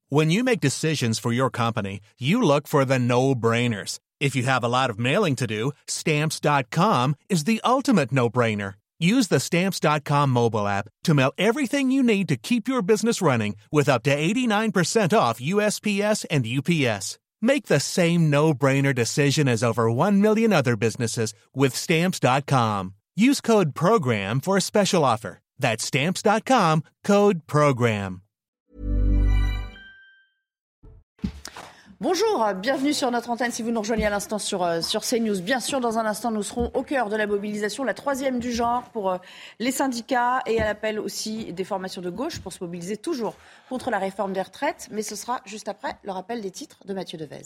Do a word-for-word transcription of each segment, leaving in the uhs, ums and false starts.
When you make decisions for your company, you look for the no-brainers. If you have a lot of mailing to do, Stamps dot com is the ultimate no-brainer. Use the Stamps dot com mobile app to mail everything you need to keep your business running with up to eighty-nine percent off U S P S and U P S. Make the same no-brainer decision as over one million other businesses with Stamps dot com. Use code PROGRAM for a special offer. That's Stamps dot com, code PROGRAM. Bonjour, bienvenue sur notre antenne si vous nous rejoignez à l'instant sur, euh, sur CNews. Bien sûr, dans un instant, nous serons au cœur de la mobilisation, la troisième du genre pour euh, les syndicats et à l'appel aussi des formations de gauche pour se mobiliser toujours contre la réforme des retraites. Mais ce sera juste après le rappel des titres de Mathieu Devez.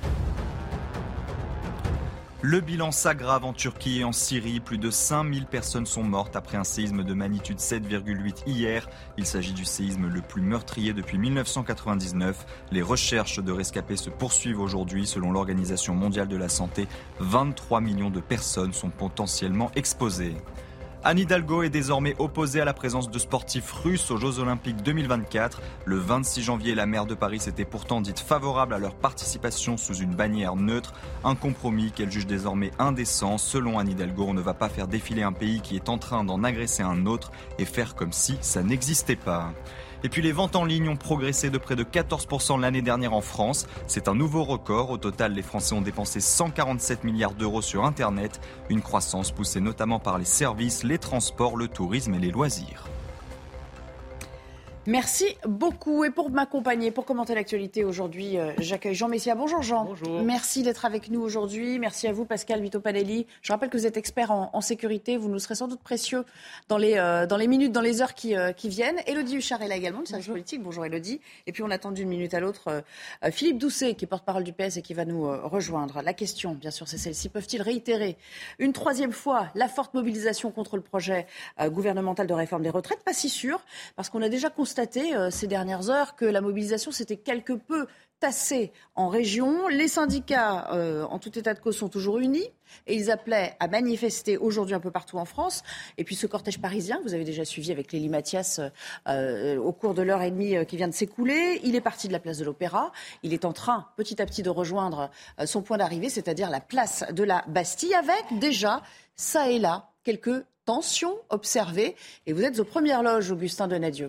Le bilan s'aggrave en Turquie et en Syrie. Plus de cinq mille personnes sont mortes après un séisme de magnitude sept virgule huit hier. Il s'agit du séisme le plus meurtrier depuis dix-neuf cent quatre-vingt-dix-neuf. Les recherches de rescapés se poursuivent aujourd'hui. Selon l'Organisation mondiale de la santé, vingt-trois millions de personnes sont potentiellement exposées. Anne Hidalgo est désormais opposée à la présence de sportifs russes aux Jeux Olympiques deux mille vingt-quatre. Le vingt-six janvier, la maire de Paris s'était pourtant dite favorable à leur participation sous une bannière neutre. Un compromis qu'elle juge désormais indécent. Selon Anne Hidalgo, on ne va pas faire défiler un pays qui est en train d'en agresser un autre et faire comme si ça n'existait pas. Et puis les ventes en ligne ont progressé de près de quatorze pour cent l'année dernière en France. C'est un nouveau record. Au total, les Français ont dépensé cent quarante-sept milliards d'euros sur Internet. Une croissance poussée notamment par les services, les transports, le tourisme et les loisirs. Merci beaucoup. Et pour m'accompagner, pour commenter l'actualité aujourd'hui, euh, j'accueille Jean Messia. Bonjour Jean. Bonjour. Merci d'être avec nous aujourd'hui. Merci à vous Pascal Vito-Panelli. Je rappelle que vous êtes expert en, en sécurité. Vous nous serez sans doute précieux dans les, euh, dans les minutes, dans les heures qui, euh, qui viennent. Élodie Huchard est là également, du service politique. Bonjour Élodie. Et puis on attend d'une minute à l'autre euh, Philippe Doucet, qui est porte-parole du P S et qui va nous euh, rejoindre. La question, bien sûr, c'est celle-ci. Peuvent-ils réitérer une troisième fois la forte mobilisation contre le projet euh, gouvernemental de réforme des retraites? Pas si sûr, parce qu'on a déjà constaté euh, ces dernières heures que la mobilisation s'était quelque peu tassée en région. Les syndicats, euh, en tout état de cause, sont toujours unis et ils appelaient à manifester aujourd'hui un peu partout en France. Et puis ce cortège parisien, que vous avez déjà suivi avec Lélie Mathias euh, au cours de l'heure et demie qui vient de s'écouler, il est parti de la place de l'Opéra. Il est en train, petit à petit, de rejoindre euh, son point d'arrivée, c'est-à-dire la place de la Bastille, avec déjà, ça et là, quelques tensions observées. Et vous êtes aux premières loges, Augustin Donadieu.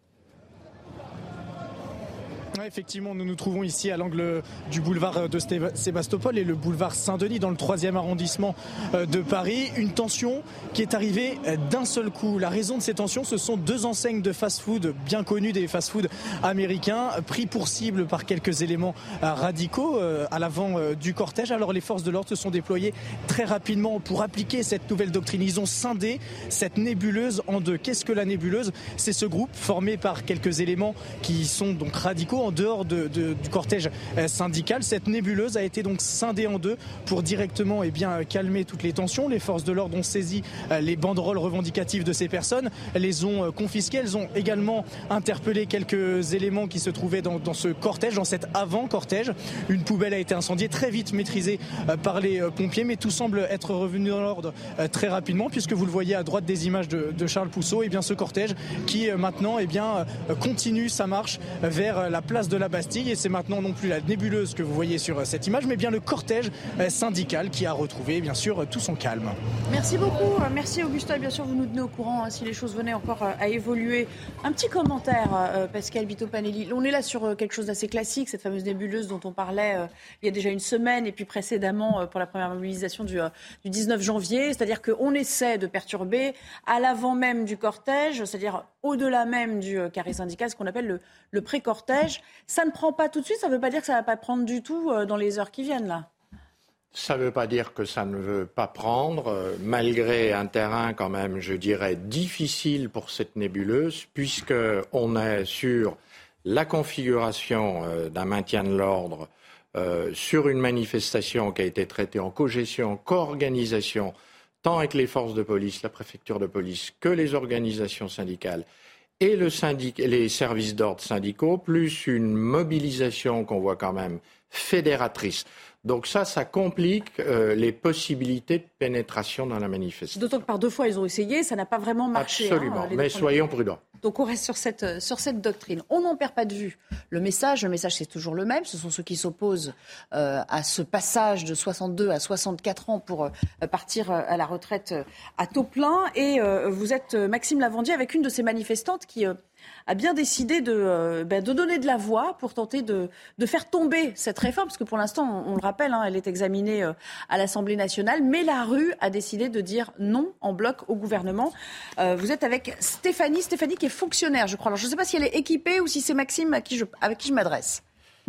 Ouais, effectivement, nous nous trouvons ici à l'angle du boulevard de Sébastopol et le boulevard Saint-Denis dans le troisième arrondissement de Paris. Une tension qui est arrivée d'un seul coup. La raison de ces tensions, ce sont deux enseignes de fast-food bien connues, des fast-food américains, pris pour cible par quelques éléments radicaux à l'avant du cortège. Alors les forces de l'ordre se sont déployées très rapidement pour appliquer cette nouvelle doctrine. Ils ont scindé cette nébuleuse en deux. Qu'est-ce que la nébuleuse ? C'est ce groupe formé par quelques éléments qui sont donc radicaux en dehors de, de, du cortège syndical. Cette nébuleuse a été donc scindée en deux pour directement eh bien, calmer toutes les tensions. Les forces de l'ordre ont saisi les banderoles revendicatives de ces personnes, les ont confisquées. Elles ont également interpellé quelques éléments qui se trouvaient dans, dans ce cortège, dans cet avant-cortège. Une poubelle a été incendiée, très vite maîtrisée par les pompiers, mais tout semble être revenu dans l'ordre très rapidement, puisque vous le voyez à droite des images de, de Charles Pousseau, eh bien, ce cortège qui maintenant eh bien, continue sa marche vers la place de la Bastille. Et c'est maintenant non plus la nébuleuse que vous voyez sur cette image, mais bien le cortège syndical qui a retrouvé bien sûr tout son calme. Merci beaucoup, merci Augustin. Bien sûr, vous nous tenez au courant hein, si les choses venaient encore à évoluer. Un petit commentaire, euh, Pascal Vito-Panelli. On est là sur quelque chose d'assez classique, cette fameuse nébuleuse dont on parlait euh, il y a déjà une semaine et puis précédemment euh, pour la première mobilisation du, euh, du dix-neuf janvier. C'est-à-dire qu'on essaie de perturber à l'avant même du cortège, c'est-à-dire au-delà même du euh, carré syndical, ce qu'on appelle le, le pré-cortège. Ça ne prend pas tout de suite, ça ne veut pas dire que ça ne va pas prendre du tout euh, dans les heures qui viennent là. Ça ne veut pas dire que ça ne veut pas prendre, euh, malgré un terrain quand même, je dirais, difficile pour cette nébuleuse, puisqu'on est sur la configuration euh, d'un maintien de l'ordre euh, sur une manifestation qui a été traitée en cogestion, co-organisation, tant avec les forces de police, la préfecture de police, que les organisations syndicales et le syndic- les services d'ordre syndicaux, plus une mobilisation qu'on voit quand même fédératrice. Donc ça, ça complique euh, les possibilités de pénétration dans la manifestation. D'autant que par deux fois, ils ont essayé, ça n'a pas vraiment marché. Absolument, hein, mais soyons prudents. Donc on reste sur cette, sur cette doctrine. On n'en perd pas de vue le message. Le message, c'est toujours le même. Ce sont ceux qui s'opposent euh, à ce passage de soixante-deux à soixante-quatre ans pour euh, partir à la retraite à taux plein. Et euh, vous êtes, Maxime Lavandier, avec une de ces manifestantes qui... Euh, a bien décidé de, euh, ben, de donner de la voix pour tenter de, de faire tomber cette réforme, parce que pour l'instant, on, on le rappelle, hein, elle est examinée euh, à l'Assemblée nationale, mais la rue a décidé de dire non en bloc au gouvernement. Euh, vous êtes avec Stéphanie, Stéphanie qui est fonctionnaire, je crois. Alors je ne sais pas si elle est équipée ou si c'est Maxime à qui je, avec qui je m'adresse.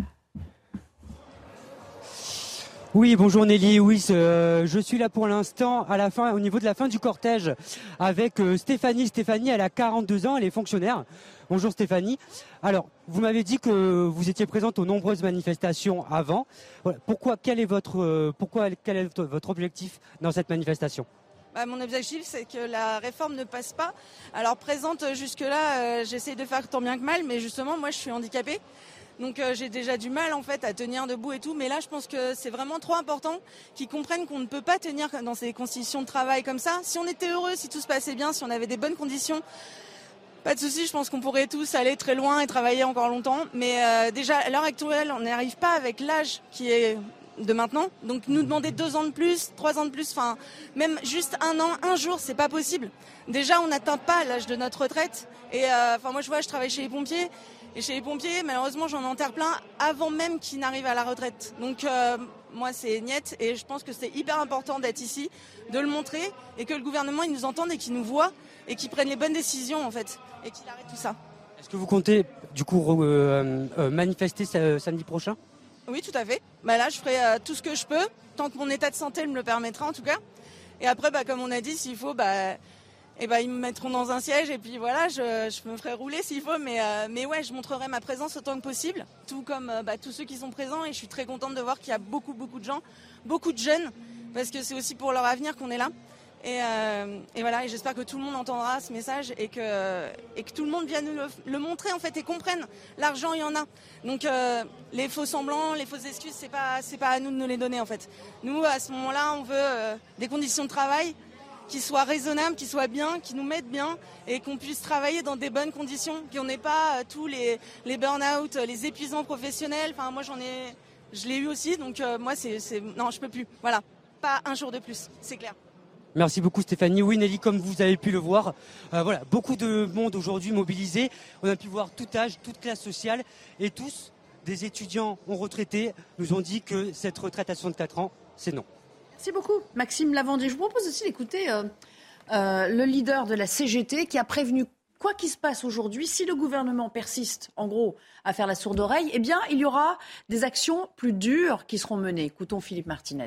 Oui, bonjour Nelly. Oui, euh, je suis là pour l'instant à la fin, au niveau de la fin du cortège, avec euh, Stéphanie. Stéphanie, elle a quarante-deux ans, elle est fonctionnaire. Bonjour Stéphanie. Alors, vous m'avez dit que vous étiez présente aux nombreuses manifestations avant. Voilà. Pourquoi, quel est votre, euh, pourquoi, quel est votre objectif dans cette manifestation ? Bah, mon objectif, c'est que la réforme ne passe pas. Alors, présente jusque-là, euh, j'essaie de faire tant bien que mal, mais justement, moi, je suis handicapée. Donc euh, j'ai déjà du mal en fait à tenir debout et tout, mais là je pense que c'est vraiment trop important qu'ils comprennent qu'on ne peut pas tenir dans ces conditions de travail comme ça. Si on était heureux, si tout se passait bien, si on avait des bonnes conditions, pas de souci, je pense qu'on pourrait tous aller très loin et travailler encore longtemps. Mais euh, déjà à l'heure actuelle, on n'y arrive pas avec l'âge qui est de maintenant. Donc nous demander deux ans de plus, trois ans de plus, enfin même juste un an, un jour, c'est pas possible. Déjà on n'atteint pas l'âge de notre retraite. Et euh, enfin moi je vois, je travaille chez les pompiers. Et chez les pompiers, malheureusement, j'en enterre plein avant même qu'ils n'arrivent à la retraite. Donc, euh, moi, c'est niette. Et je pense que c'est hyper important d'être ici, de le montrer, et que le gouvernement, il nous entende et qu'il nous voit, et qu'il prenne les bonnes décisions, en fait, et qu'il arrête tout ça. Est-ce que vous comptez, du coup, euh, euh, manifester ce, samedi prochain ? Oui, tout à fait. Bah là, je ferai euh, tout ce que je peux, tant que mon état de santé me le permettra, en tout cas. Et après, bah, comme on a dit, s'il faut... bah et ben, ils me mettront dans un siège et puis voilà, je, je me ferai rouler s'il faut. Mais, euh, mais ouais, je montrerai ma présence autant que possible, tout comme euh, bah, tous ceux qui sont présents. Et je suis très contente de voir qu'il y a beaucoup, beaucoup de gens, beaucoup de jeunes, parce que c'est aussi pour leur avenir qu'on est là. Et, euh, et voilà, et j'espère que tout le monde entendra ce message et que, et que tout le monde vienne le, le montrer en fait et comprenne. L'argent, il y en a. Donc euh, les faux semblants, les fausses excuses, c'est pas, c'est pas à nous de nous les donner en fait. Nous, à ce moment-là, on veut euh, des conditions de travail qui soient raisonnables, qui soient bien, qui nous mettent bien et qu'on puisse travailler dans des bonnes conditions, qu'on n'ait pas euh, tous les, les burn-out, les épuisements professionnels. Enfin, moi, j'en ai, je l'ai eu aussi, donc euh, moi, c'est, c'est, non, je peux plus. Voilà, pas un jour de plus, c'est clair. Merci beaucoup Stéphanie. Oui Nelly, comme vous avez pu le voir, euh, voilà, beaucoup de monde aujourd'hui mobilisé. On a pu voir tout âge, toute classe sociale et tous, des étudiants ou retraités, nous ont dit que cette retraite à soixante-quatre ans, c'est non. Merci beaucoup, Maxime Lavandier. Je vous propose aussi d'écouter euh, euh, le leader de la C G T qui a prévenu, quoi qu'il se passe aujourd'hui, si le gouvernement persiste, en gros, à faire la sourde oreille, eh bien, il y aura des actions plus dures qui seront menées. Écoutons Philippe Martinez.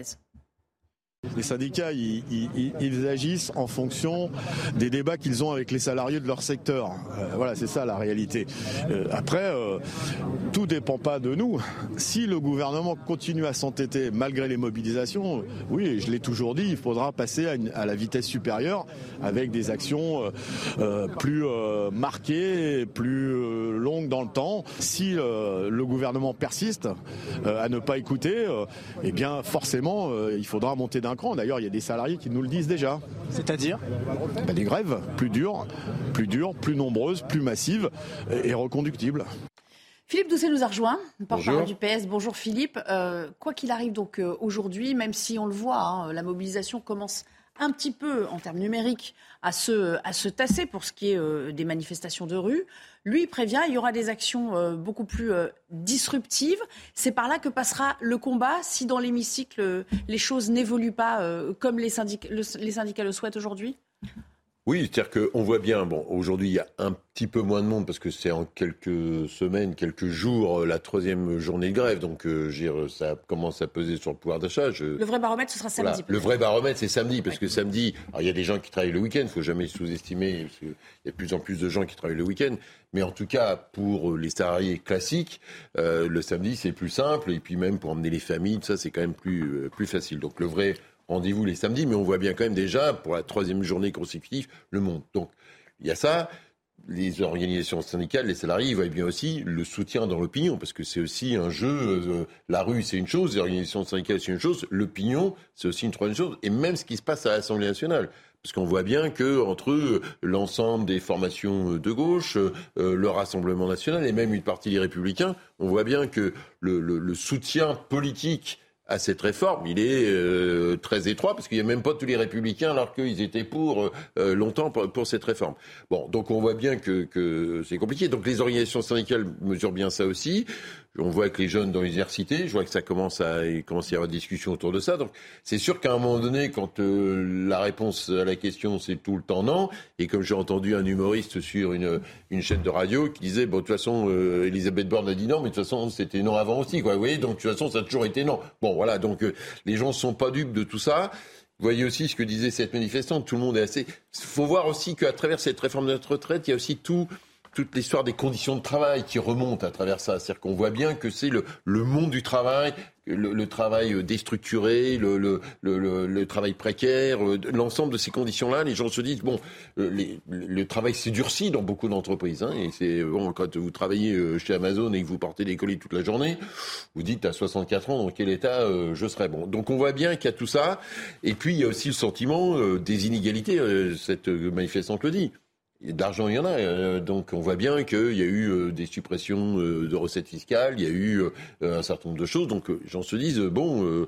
Les syndicats, ils, ils, ils agissent en fonction des débats qu'ils ont avec les salariés de leur secteur. Euh, voilà, c'est ça la réalité. Euh, après, euh, tout dépend pas de nous. Si le gouvernement continue à s'entêter malgré les mobilisations, oui, je l'ai toujours dit, il faudra passer à, une, à la vitesse supérieure avec des actions euh, plus euh, marquées, plus euh, longues dans le temps. Si euh, le gouvernement persiste euh, à ne pas écouter, euh, eh bien forcément, euh, il faudra monter d'un cran. D'ailleurs, il y a des salariés qui nous le disent déjà. C'est-à-dire ben, des grèves plus dures, plus dures, plus nombreuses, plus massives et, et reconductibles. Philippe Doucet nous a rejoint, porte-parole du P S. Bonjour Philippe. Euh, quoi qu'il arrive donc euh, aujourd'hui, même si on le voit, hein, la mobilisation commence un petit peu en termes numériques à se, à se tasser pour ce qui est euh, des manifestations de rue. Lui, il prévient, il y aura des actions euh, beaucoup plus euh, disruptives. C'est par là que passera le combat si dans l'hémicycle, euh, les choses n'évoluent pas euh, comme les syndicats, le, les syndicats le souhaitent aujourd'hui ? Oui, c'est-à-dire qu'on voit bien, bon, aujourd'hui, il y a un petit peu moins de monde parce que c'est en quelques semaines, quelques jours, la troisième journée de grève. Donc, euh, je veux dire, ça commence à peser sur le pouvoir d'achat. Je... Le vrai baromètre, ce sera samedi. Voilà. Le vrai baromètre, c'est samedi, parce que samedi, alors, il y a des gens qui travaillent le week-end, il ne faut jamais sous-estimer, parce qu'il y a de plus en plus de gens qui travaillent le week-end. Mais en tout cas, pour les salariés classiques, euh, le samedi, c'est plus simple. Et puis même pour emmener les familles, tout ça, c'est quand même plus, euh, plus facile. Donc, le vrai rendez-vous les samedis, mais on voit bien quand même déjà, pour la troisième journée consécutive, le monde. Donc, il y a ça. Les organisations syndicales, les salariés, ils voient bien aussi le soutien dans l'opinion, parce que c'est aussi un jeu. Euh, la rue, c'est une chose, les organisations syndicales, c'est une chose. L'opinion, c'est aussi une troisième chose. Et même ce qui se passe à l'Assemblée nationale. Parce qu'on voit bien que entre eux, l'ensemble des formations de gauche, euh, le Rassemblement national et même une partie des Républicains, on voit bien que le, le, le soutien politique à cette réforme, il est euh, très étroit, parce qu'il n'y a même pas tous les Républicains, alors qu'ils étaient pour euh, longtemps pour, pour cette réforme. Bon, donc on voit bien que, que c'est compliqué. Donc les organisations syndicales mesurent bien ça aussi. On voit que les jeunes dans les universités, je vois que ça commence à, il commence à y avoir des discussions autour de ça. Donc c'est sûr qu'à un moment donné, quand euh, la réponse à la question c'est tout le temps non, et comme j'ai entendu un humoriste sur une, une chaîne de radio qui disait, bon, de toute façon, euh, Elisabeth Borne a dit non, mais de toute façon c'était non avant aussi, quoi. Vous voyez, donc de toute façon ça a toujours été non. Bon, voilà, donc euh, les gens ne sont pas dupes de tout ça. Vous voyez aussi ce que disait cette manifestante, tout le monde est assez... Il faut voir aussi qu'à travers cette réforme de notre retraite, il y a aussi tout... toute l'histoire des conditions de travail qui remonte à travers ça. C'est-à-dire qu'on voit bien que c'est le, le monde du travail, le, le travail déstructuré, le, le, le, le travail précaire, l'ensemble de ces conditions-là. Les gens se disent, bon, les, le travail s'est durci dans beaucoup d'entreprises. Hein, et c'est, bon, quand vous travaillez chez Amazon et que vous portez des colis toute la journée, vous dites à soixante-quatre ans, dans quel état euh, je serais. Bon, donc on voit bien qu'il y a tout ça. Et puis il y a aussi le sentiment euh, des inégalités. Euh, cette manifestante le dit. De l'argent, il y en a. Donc, on voit bien qu'il y a eu des suppressions de recettes fiscales, il y a eu un certain nombre de choses. Donc, les gens se disent, bon,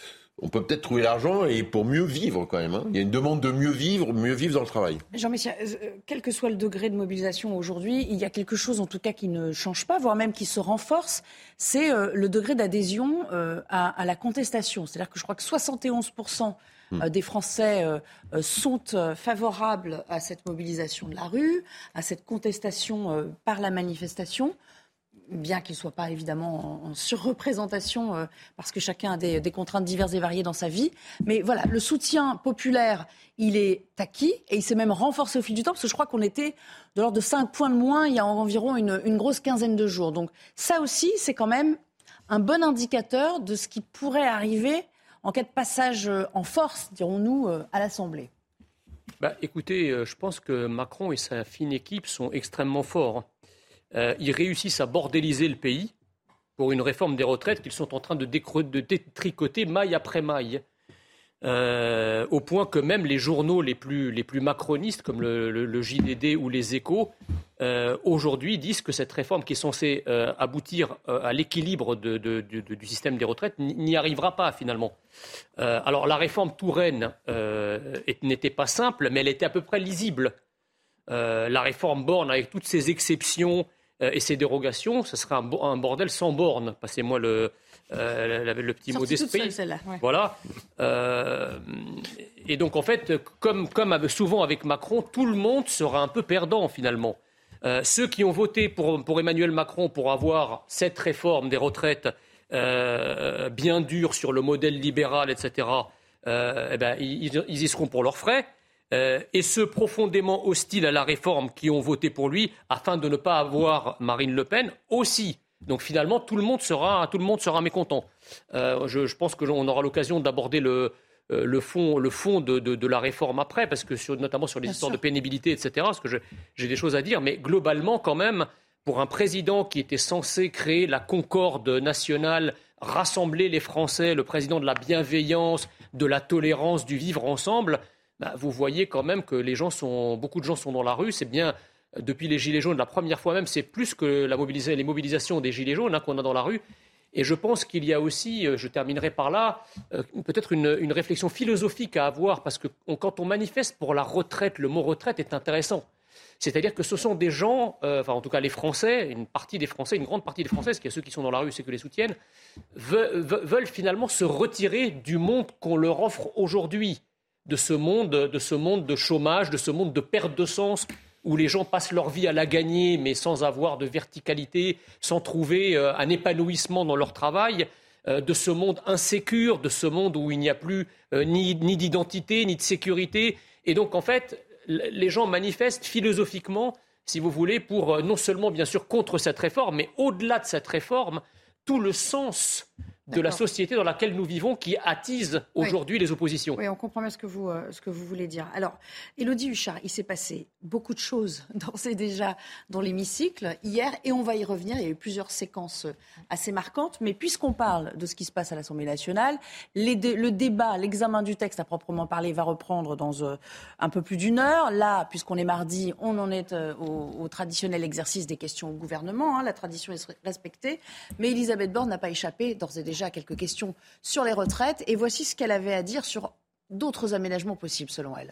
on peut peut-être trouver l'argent et pour mieux vivre quand même. Hein. Il y a une demande de mieux vivre, mieux vivre dans le travail. Jean-Michel, quel que soit le degré de mobilisation aujourd'hui, il y a quelque chose en tout cas qui ne change pas, voire même qui se renforce, c'est le degré d'adhésion à, à la contestation. C'est-à-dire que je crois que soixante et onze pour cent des Français euh, sont euh, favorables à cette mobilisation de la rue, à cette contestation euh, par la manifestation, bien qu'ils ne soient pas évidemment en, en surreprésentation, euh, parce que chacun a des, des contraintes diverses et variées dans sa vie. Mais voilà, le soutien populaire, il est acquis et il s'est même renforcé au fil du temps, parce que je crois qu'on était de l'ordre de cinq points de moins il y a environ une, une grosse quinzaine de jours. Donc ça aussi, c'est quand même un bon indicateur de ce qui pourrait arriver en cas de passage en force, dirons-nous, à l'Assemblée. Bah, écoutez, euh, je pense que Macron et sa fine équipe sont extrêmement forts. Euh, ils réussissent à bordéliser le pays pour une réforme des retraites qu'ils sont en train de, décre- de détricoter maille après maille. Euh, au point que même les journaux les plus, les plus macronistes, comme le, le, le J D D ou les Échos, euh, aujourd'hui disent que cette réforme qui est censée euh, aboutir euh, à l'équilibre de, de, de, de, du système des retraites n'y arrivera pas finalement. Euh, alors la réforme Touraine euh, n'était pas simple, mais elle était à peu près lisible. Euh, la réforme Borne, avec toutes ses exceptions euh, et ses dérogations, ce serait un, un bordel sans borne. Passez-moi le... Euh, le, le petit mot d'esprit. Seule, ouais. Voilà. Euh, et donc, en fait, comme, comme souvent avec Macron, tout le monde sera un peu perdant, finalement. Euh, ceux qui ont voté pour, pour Emmanuel Macron pour avoir cette réforme des retraites euh, bien dure sur le modèle libéral, et cetera, euh, eh ben, ils, ils y seront pour leurs frais. Euh, et ceux profondément hostiles à la réforme qui ont voté pour lui, afin de ne pas avoir Marine Le Pen, aussi. Donc finalement, tout le monde sera, tout le monde sera mécontent. Euh, je, je pense qu'on aura l'occasion d'aborder le, euh, le fond, le fond de, de, de la réforme après, parce que sur, notamment sur les Bien histoires sûr. de pénibilité, et cetera, parce que je, j'ai des choses à dire. Mais globalement, quand même, pour un président qui était censé créer la concorde nationale, rassembler les Français, le président de la bienveillance, de la tolérance, du vivre ensemble, bah, vous voyez quand même que les gens sont, beaucoup de gens sont dans la rue. C'est bien... Depuis les Gilets jaunes, la première fois même, c'est plus que la mobilisa- les mobilisations des Gilets jaunes hein, qu'on a dans la rue. Et je pense qu'il y a aussi, euh, je terminerai par là, euh, peut-être une, une réflexion philosophique à avoir, parce que on, quand on manifeste pour la retraite, le mot retraite est intéressant. C'est-à-dire que ce sont des gens, euh, enfin en tout cas les Français, une partie des Français, une grande partie des Français, parce qu'il y a ceux qui sont dans la rue, ceux qui les soutiennent, veulent, veulent finalement se retirer du monde qu'on leur offre aujourd'hui, de ce monde, de ce monde de chômage, de ce monde de perte de sens, où les gens passent leur vie à la gagner, mais sans avoir de verticalité, sans trouver euh, un épanouissement dans leur travail, euh, de ce monde insécure, de ce monde où il n'y a plus euh, ni, ni d'identité, ni de sécurité. Et donc, en fait, les gens manifestent philosophiquement, si vous voulez, pour euh, non seulement, bien sûr, contre cette réforme, mais au-delà de cette réforme, tout le sens de la société dans laquelle nous vivons qui attise aujourd'hui oui. les oppositions. Oui, on comprend bien ce que vous, euh, ce que vous voulez dire. Alors, Élodie Huchard, il s'est passé beaucoup de choses d'ores et déjà dans l'hémicycle hier et on va y revenir. Il y a eu plusieurs séquences assez marquantes. Mais puisqu'on parle de ce qui se passe à l'Assemblée nationale, les dé- le débat, l'examen du texte à proprement parler va reprendre dans euh, un peu plus d'une heure. Là, puisqu'on est mardi, on en est euh, au, au traditionnel exercice des questions au gouvernement. Hein, la tradition est respectée. Mais Elisabeth Borne n'a pas échappé d'ores et déjà à quelques questions sur les retraites. Et voici ce qu'elle avait à dire sur d'autres aménagements possibles, selon elle.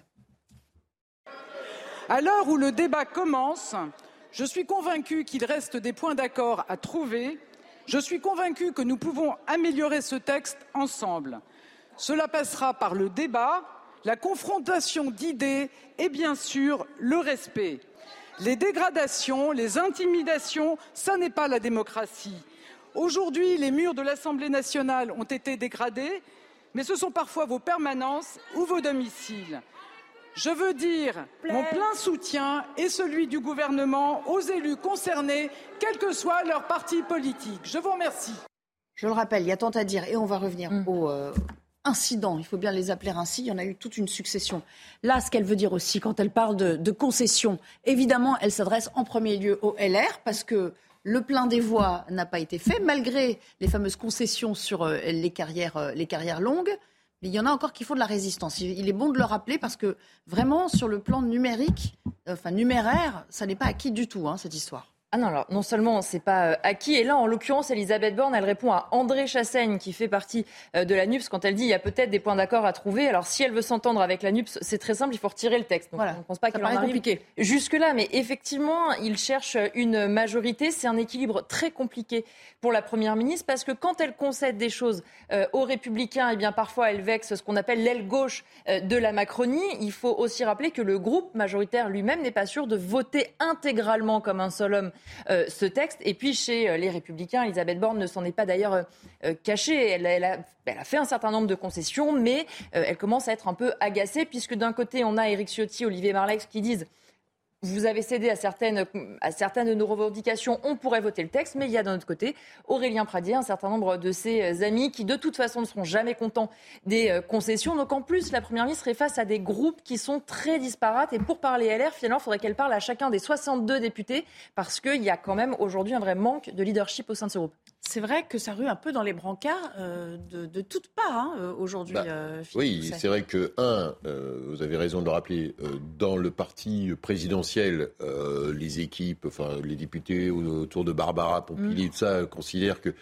À l'heure où le débat commence, je suis convaincue qu'il reste des points d'accord à trouver. Je suis convaincue que nous pouvons améliorer ce texte ensemble. Cela passera par le débat, la confrontation d'idées et bien sûr le respect. Les dégradations, les intimidations, ça n'est pas la démocratie. Aujourd'hui, les murs de l'Assemblée nationale ont été dégradés, mais ce sont parfois vos permanences ou vos domiciles. Je veux dire mon plein soutien et celui du gouvernement aux élus concernés, quel que soit leur parti politique. Je vous remercie. Je le rappelle, il y a tant à dire et on va revenir mmh. aux euh, incidents. Il faut bien les appeler ainsi. Il y en a eu toute une succession. Là, ce qu'elle veut dire aussi quand elle parle de, de concessions, évidemment, elle s'adresse en premier lieu au L R parce que le plein des voix n'a pas été fait, malgré les fameuses concessions sur euh, les, carrières, euh, les carrières longues. Mais il y en a encore qui font de la résistance. Il est bon de le rappeler parce que vraiment, sur le plan numérique, euh, enfin numéraire, ça n'est pas acquis du tout, hein, cette histoire. Ah non, alors non seulement c'est pas euh, acquis, et là en l'occurrence Elisabeth Borne, elle répond à André Chassaigne qui fait partie euh, de la N U P S quand elle dit il y a peut-être des points d'accord à trouver. Alors si elle veut s'entendre avec la N U P S, c'est très simple, il faut retirer le texte. Donc voilà. On ne pense pas qu'elle en arrive compliqué. Jusque-là, mais effectivement, il cherche une majorité. C'est un équilibre très compliqué pour la Première ministre parce que quand elle concède des choses euh, aux Républicains, eh bien parfois elle vexe ce qu'on appelle l'aile gauche euh, de la Macronie. Il faut aussi rappeler que le groupe majoritaire lui-même n'est pas sûr de voter intégralement comme un seul homme Euh, ce texte. Et puis chez euh, les Républicains, Elisabeth Borne ne s'en est pas d'ailleurs euh, cachée. Elle, elle, a, elle a fait un certain nombre de concessions, mais euh, elle commence à être un peu agacée puisque d'un côté, on a Éric Ciotti, Olivier Marleix qui disent vous avez cédé à certaines, à certaines de nos revendications, on pourrait voter le texte, mais il y a d'un autre côté Aurélien Pradié, un certain nombre de ses amis qui de toute façon ne seront jamais contents des concessions. Donc en plus, la Première ministre est face à des groupes qui sont très disparates. Et pour parler L R, finalement, il faudrait qu'elle parle à chacun des soixante-deux députés parce qu'il y a quand même aujourd'hui un vrai manque de leadership au sein de ce groupe. C'est vrai que ça rue un peu dans les brancards euh, de, de toutes parts hein, aujourd'hui. Bah, euh, oui, Pousset. C'est vrai que, un, euh, vous avez raison de le rappeler, euh, dans le parti présidentiel, euh, les équipes, enfin les députés autour de Barbara Pompili, mmh. tout ça, considèrent qu'ils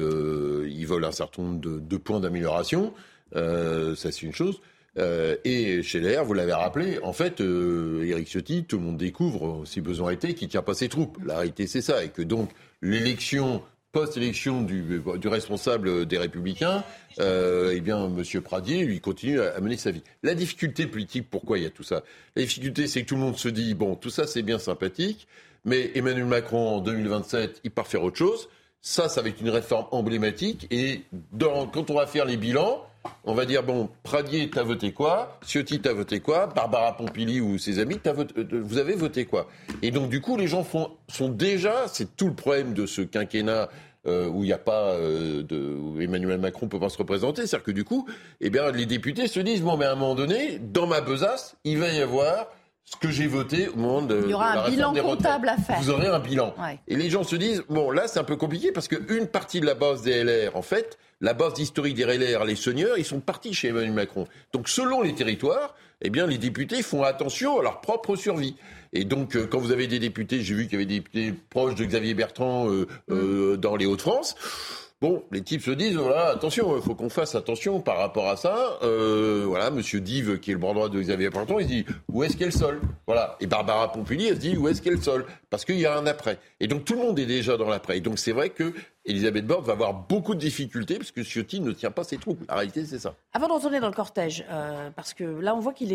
euh, veulent un certain nombre de, de points d'amélioration. Euh, ça, c'est une chose. Euh, et chez l'A R, vous l'avez rappelé, en fait, euh, Éric Ciotti, tout le monde découvre, si besoin était, qu'il ne tient pas ses troupes. La réalité, c'est ça. Et que donc, l'élection... post-élection du, du responsable des Républicains, euh, eh bien, M. Pradié, lui, continue à, à mener sa vie. La difficulté politique, pourquoi il y a tout ça ? La difficulté, c'est que tout le monde se dit, bon, tout ça, c'est bien sympathique, mais Emmanuel Macron, en deux mille vingt-sept, il part faire autre chose. Ça, ça va être une réforme emblématique. Et dans, quand on va faire les bilans, on va dire, bon, Pradié, t'as voté quoi ? Ciotti, t'as voté quoi ? Barbara Pompili ou ses amis, t'as voté, vous avez voté quoi ? Et donc, du coup, les gens font, sont déjà, c'est tout le problème de ce quinquennat euh, où il n'y a pas euh, de, où Emmanuel Macron ne peut pas se représenter. C'est-à-dire que, du coup, eh bien, les députés se disent, bon, mais à un moment donné, dans ma besace, il va y avoir ce que j'ai voté au moment de, il y aura de la un bilan comptable retraites. À faire. Vous aurez un bilan. Ouais. Et les gens se disent, bon, là, c'est un peu compliqué parce qu'une partie de la base des L R, en fait, la base historique des L R, les seigneurs, ils sont partis chez Emmanuel Macron. Donc, selon les territoires, eh bien, les députés font attention à leur propre survie. Et donc, euh, quand vous avez des députés, j'ai vu qu'il y avait des députés proches de Xavier Bertrand euh, euh, dans les Hauts-de-France. Bon, les types se disent, voilà, attention, il faut qu'on fasse attention par rapport à ça. Euh, voilà, Monsieur Dive, qui est le bras droit de Xavier Bertrand, il se dit, où est-ce qu'est le sol ? Voilà. Et Barbara Pompili, elle se dit, où est-ce qu'est le sol ? Parce qu'il y a un après. Et donc, tout le monde est déjà dans l'après. Et donc, c'est vrai que Elisabeth Borne va avoir beaucoup de difficultés parce que Ciotti ne tient pas ses troupes. La réalité, c'est ça. Avant de retourner dans le cortège, euh, parce que là, on voit qu'il est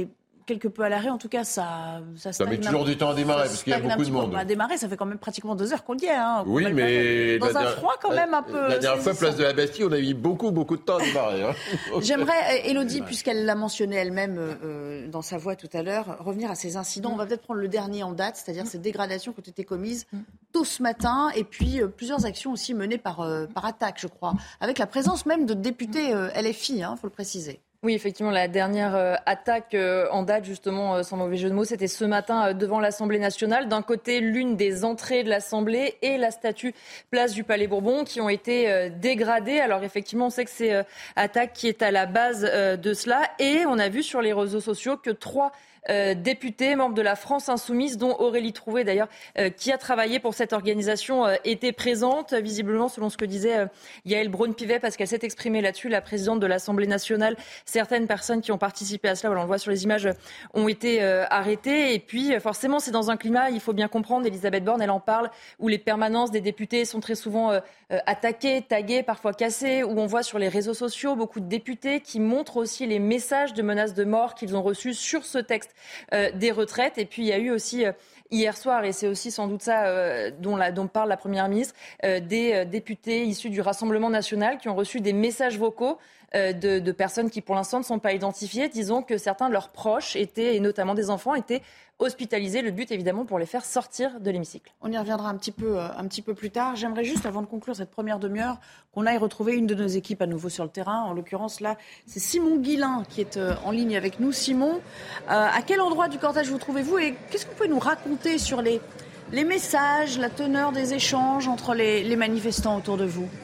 quelque peu à l'arrêt. En tout cas, ça, ça Ça met toujours du temps à démarrer parce qu'il y a beaucoup de monde. À démarrer, ça fait quand même pratiquement deux heures qu'on y est. Hein, oui, mais dans un froid quand même un peu. La dernière fois, place de la Bastille, on a mis beaucoup, beaucoup de temps à démarrer. Hein. J'aimerais, Élodie, puisqu'elle l'a mentionné elle-même euh, dans sa voix tout à l'heure, revenir à ces incidents. On va peut-être prendre le dernier en date, c'est-à-dire ces dégradations qui ont été commises tôt ce matin, et puis euh, plusieurs actions aussi menées par, euh, par attaque, je crois, avec la présence même de députés euh, L F I, il hein, faut le préciser. Oui, effectivement, la dernière euh, attaque euh, en date, justement, euh, sans mauvais jeu de mots, c'était ce matin euh, devant l'Assemblée nationale. D'un côté, l'une des entrées de l'Assemblée et la statue place du Palais Bourbon qui ont été euh, dégradées. Alors effectivement, on sait que c'est euh, attaque qui est à la base euh, de cela. Et on a vu sur les réseaux sociaux que trois Euh, députés, membres de la France Insoumise, dont Aurélie Trouvé d'ailleurs, euh, qui a travaillé pour cette organisation, euh, était présente. Visiblement, selon ce que disait euh, Yaël Braun-Pivet, parce qu'elle s'est exprimée là-dessus, la présidente de l'Assemblée nationale, certaines personnes qui ont participé à cela, voilà, on le voit sur les images, ont été euh, arrêtées. Et puis, forcément, c'est dans un climat, il faut bien comprendre, Elisabeth Borne, elle en parle, où les permanences des députés sont très souvent euh, euh, attaquées, taguées, parfois cassées, où on voit sur les réseaux sociaux beaucoup de députés qui montrent aussi les messages de menaces de mort qu'ils ont reçus sur ce texte Euh, des retraites. Et puis il y a eu aussi euh, hier soir, et c'est aussi sans doute ça euh, dont, la, dont parle la Première ministre, euh, des euh, députés issus du Rassemblement national qui ont reçu des messages vocaux euh, de, de personnes qui pour l'instant ne sont pas identifiées. Disons que certains de leurs proches étaient, et notamment des enfants, étaient hospitalisés. Le but évidemment pour les faire sortir de l'hémicycle. On y reviendra un petit peu, euh, un petit peu plus tard. J'aimerais juste, avant de conclure cette première demi-heure, qu'on aille retrouver une de nos équipes à nouveau sur le terrain. En l'occurrence, là, c'est Simon Guillain qui est euh, en ligne avec nous. Simon, euh, à quel endroit du cortège vous trouvez-vous et qu'est-ce que vous pouvez nous raconter sur les, les messages, la teneur des échanges entre les, les manifestants autour de vous?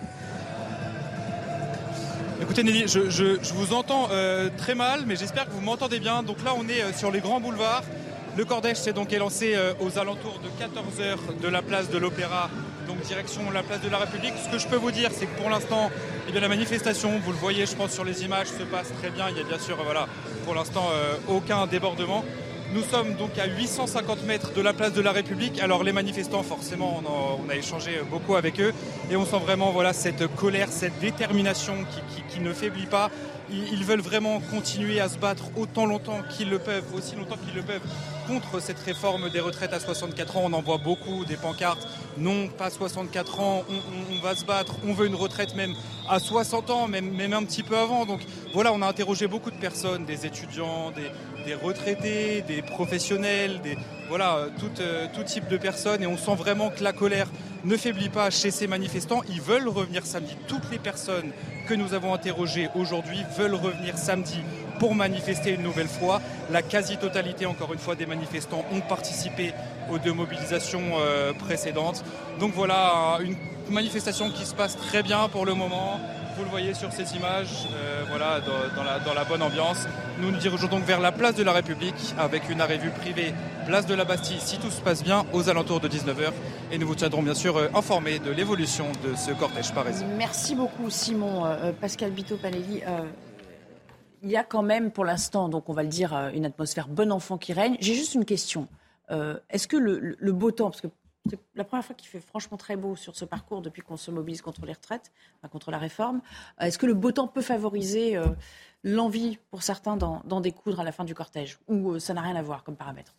Écoutez Nelly, je, je, je vous entends euh, très mal, mais j'espère que vous m'entendez bien. Donc là, on est euh, sur les grands boulevards. Le cortège s'est donc lancé euh, aux alentours de quatorze heures de la place de l'Opéra, donc direction la place de la République. Ce que je peux vous dire, c'est que pour l'instant, eh bien, la manifestation, vous le voyez, je pense, sur les images, se passe très bien. Il y a bien sûr, euh, voilà, pour l'instant, euh, aucun débordement. Nous sommes donc à huit cent cinquante mètres de la place de la République. Alors les manifestants, forcément, on a, on a échangé beaucoup avec eux et on sent vraiment voilà, cette colère, cette détermination qui, qui, qui ne faiblit pas. Ils, ils veulent vraiment continuer à se battre autant longtemps qu'ils le peuvent, aussi longtemps qu'ils le peuvent, contre cette réforme des retraites à soixante-quatre ans. On en voit beaucoup, des pancartes. Non, pas soixante-quatre ans, on, on, on va se battre. On veut une retraite même à soixante ans, même, même un petit peu avant. Donc voilà, on a interrogé beaucoup de personnes, des étudiants, des, des retraités, des professionnels, des, voilà, tout, euh, tout type de personnes. Et on sent vraiment que la colère ne faiblit pas chez ces manifestants. Ils veulent revenir samedi. Toutes les personnes que nous avons interrogées aujourd'hui veulent revenir samedi pour manifester une nouvelle fois. La quasi-totalité, encore une fois, des manifestants ont participé aux deux mobilisations euh, précédentes. Donc voilà, une manifestation qui se passe très bien pour le moment. Vous le voyez sur ces images, euh, voilà, dans, dans, la, dans la bonne ambiance. Nous nous dirigeons donc vers la place de la République avec une arrêt vue privée, place de la Bastille, si tout se passe bien, aux alentours de dix-neuf heures. Et nous vous tiendrons bien sûr euh, informés de l'évolution de ce cortège parisien. Merci beaucoup Simon. Euh, Pascal Bito-Panelli, euh, il y a quand même pour l'instant, donc on va le dire, une atmosphère bon enfant qui règne. J'ai juste une question. Euh, est-ce que le, le, le beau temps, parce que c'est la première fois qu'il fait franchement très beau sur ce parcours depuis qu'on se mobilise contre les retraites, enfin contre la réforme. Est-ce que le beau temps peut favoriser euh, l'envie pour certains d'en, d'en découdre à la fin du cortège ou euh, ça n'a rien à voir comme paramètre?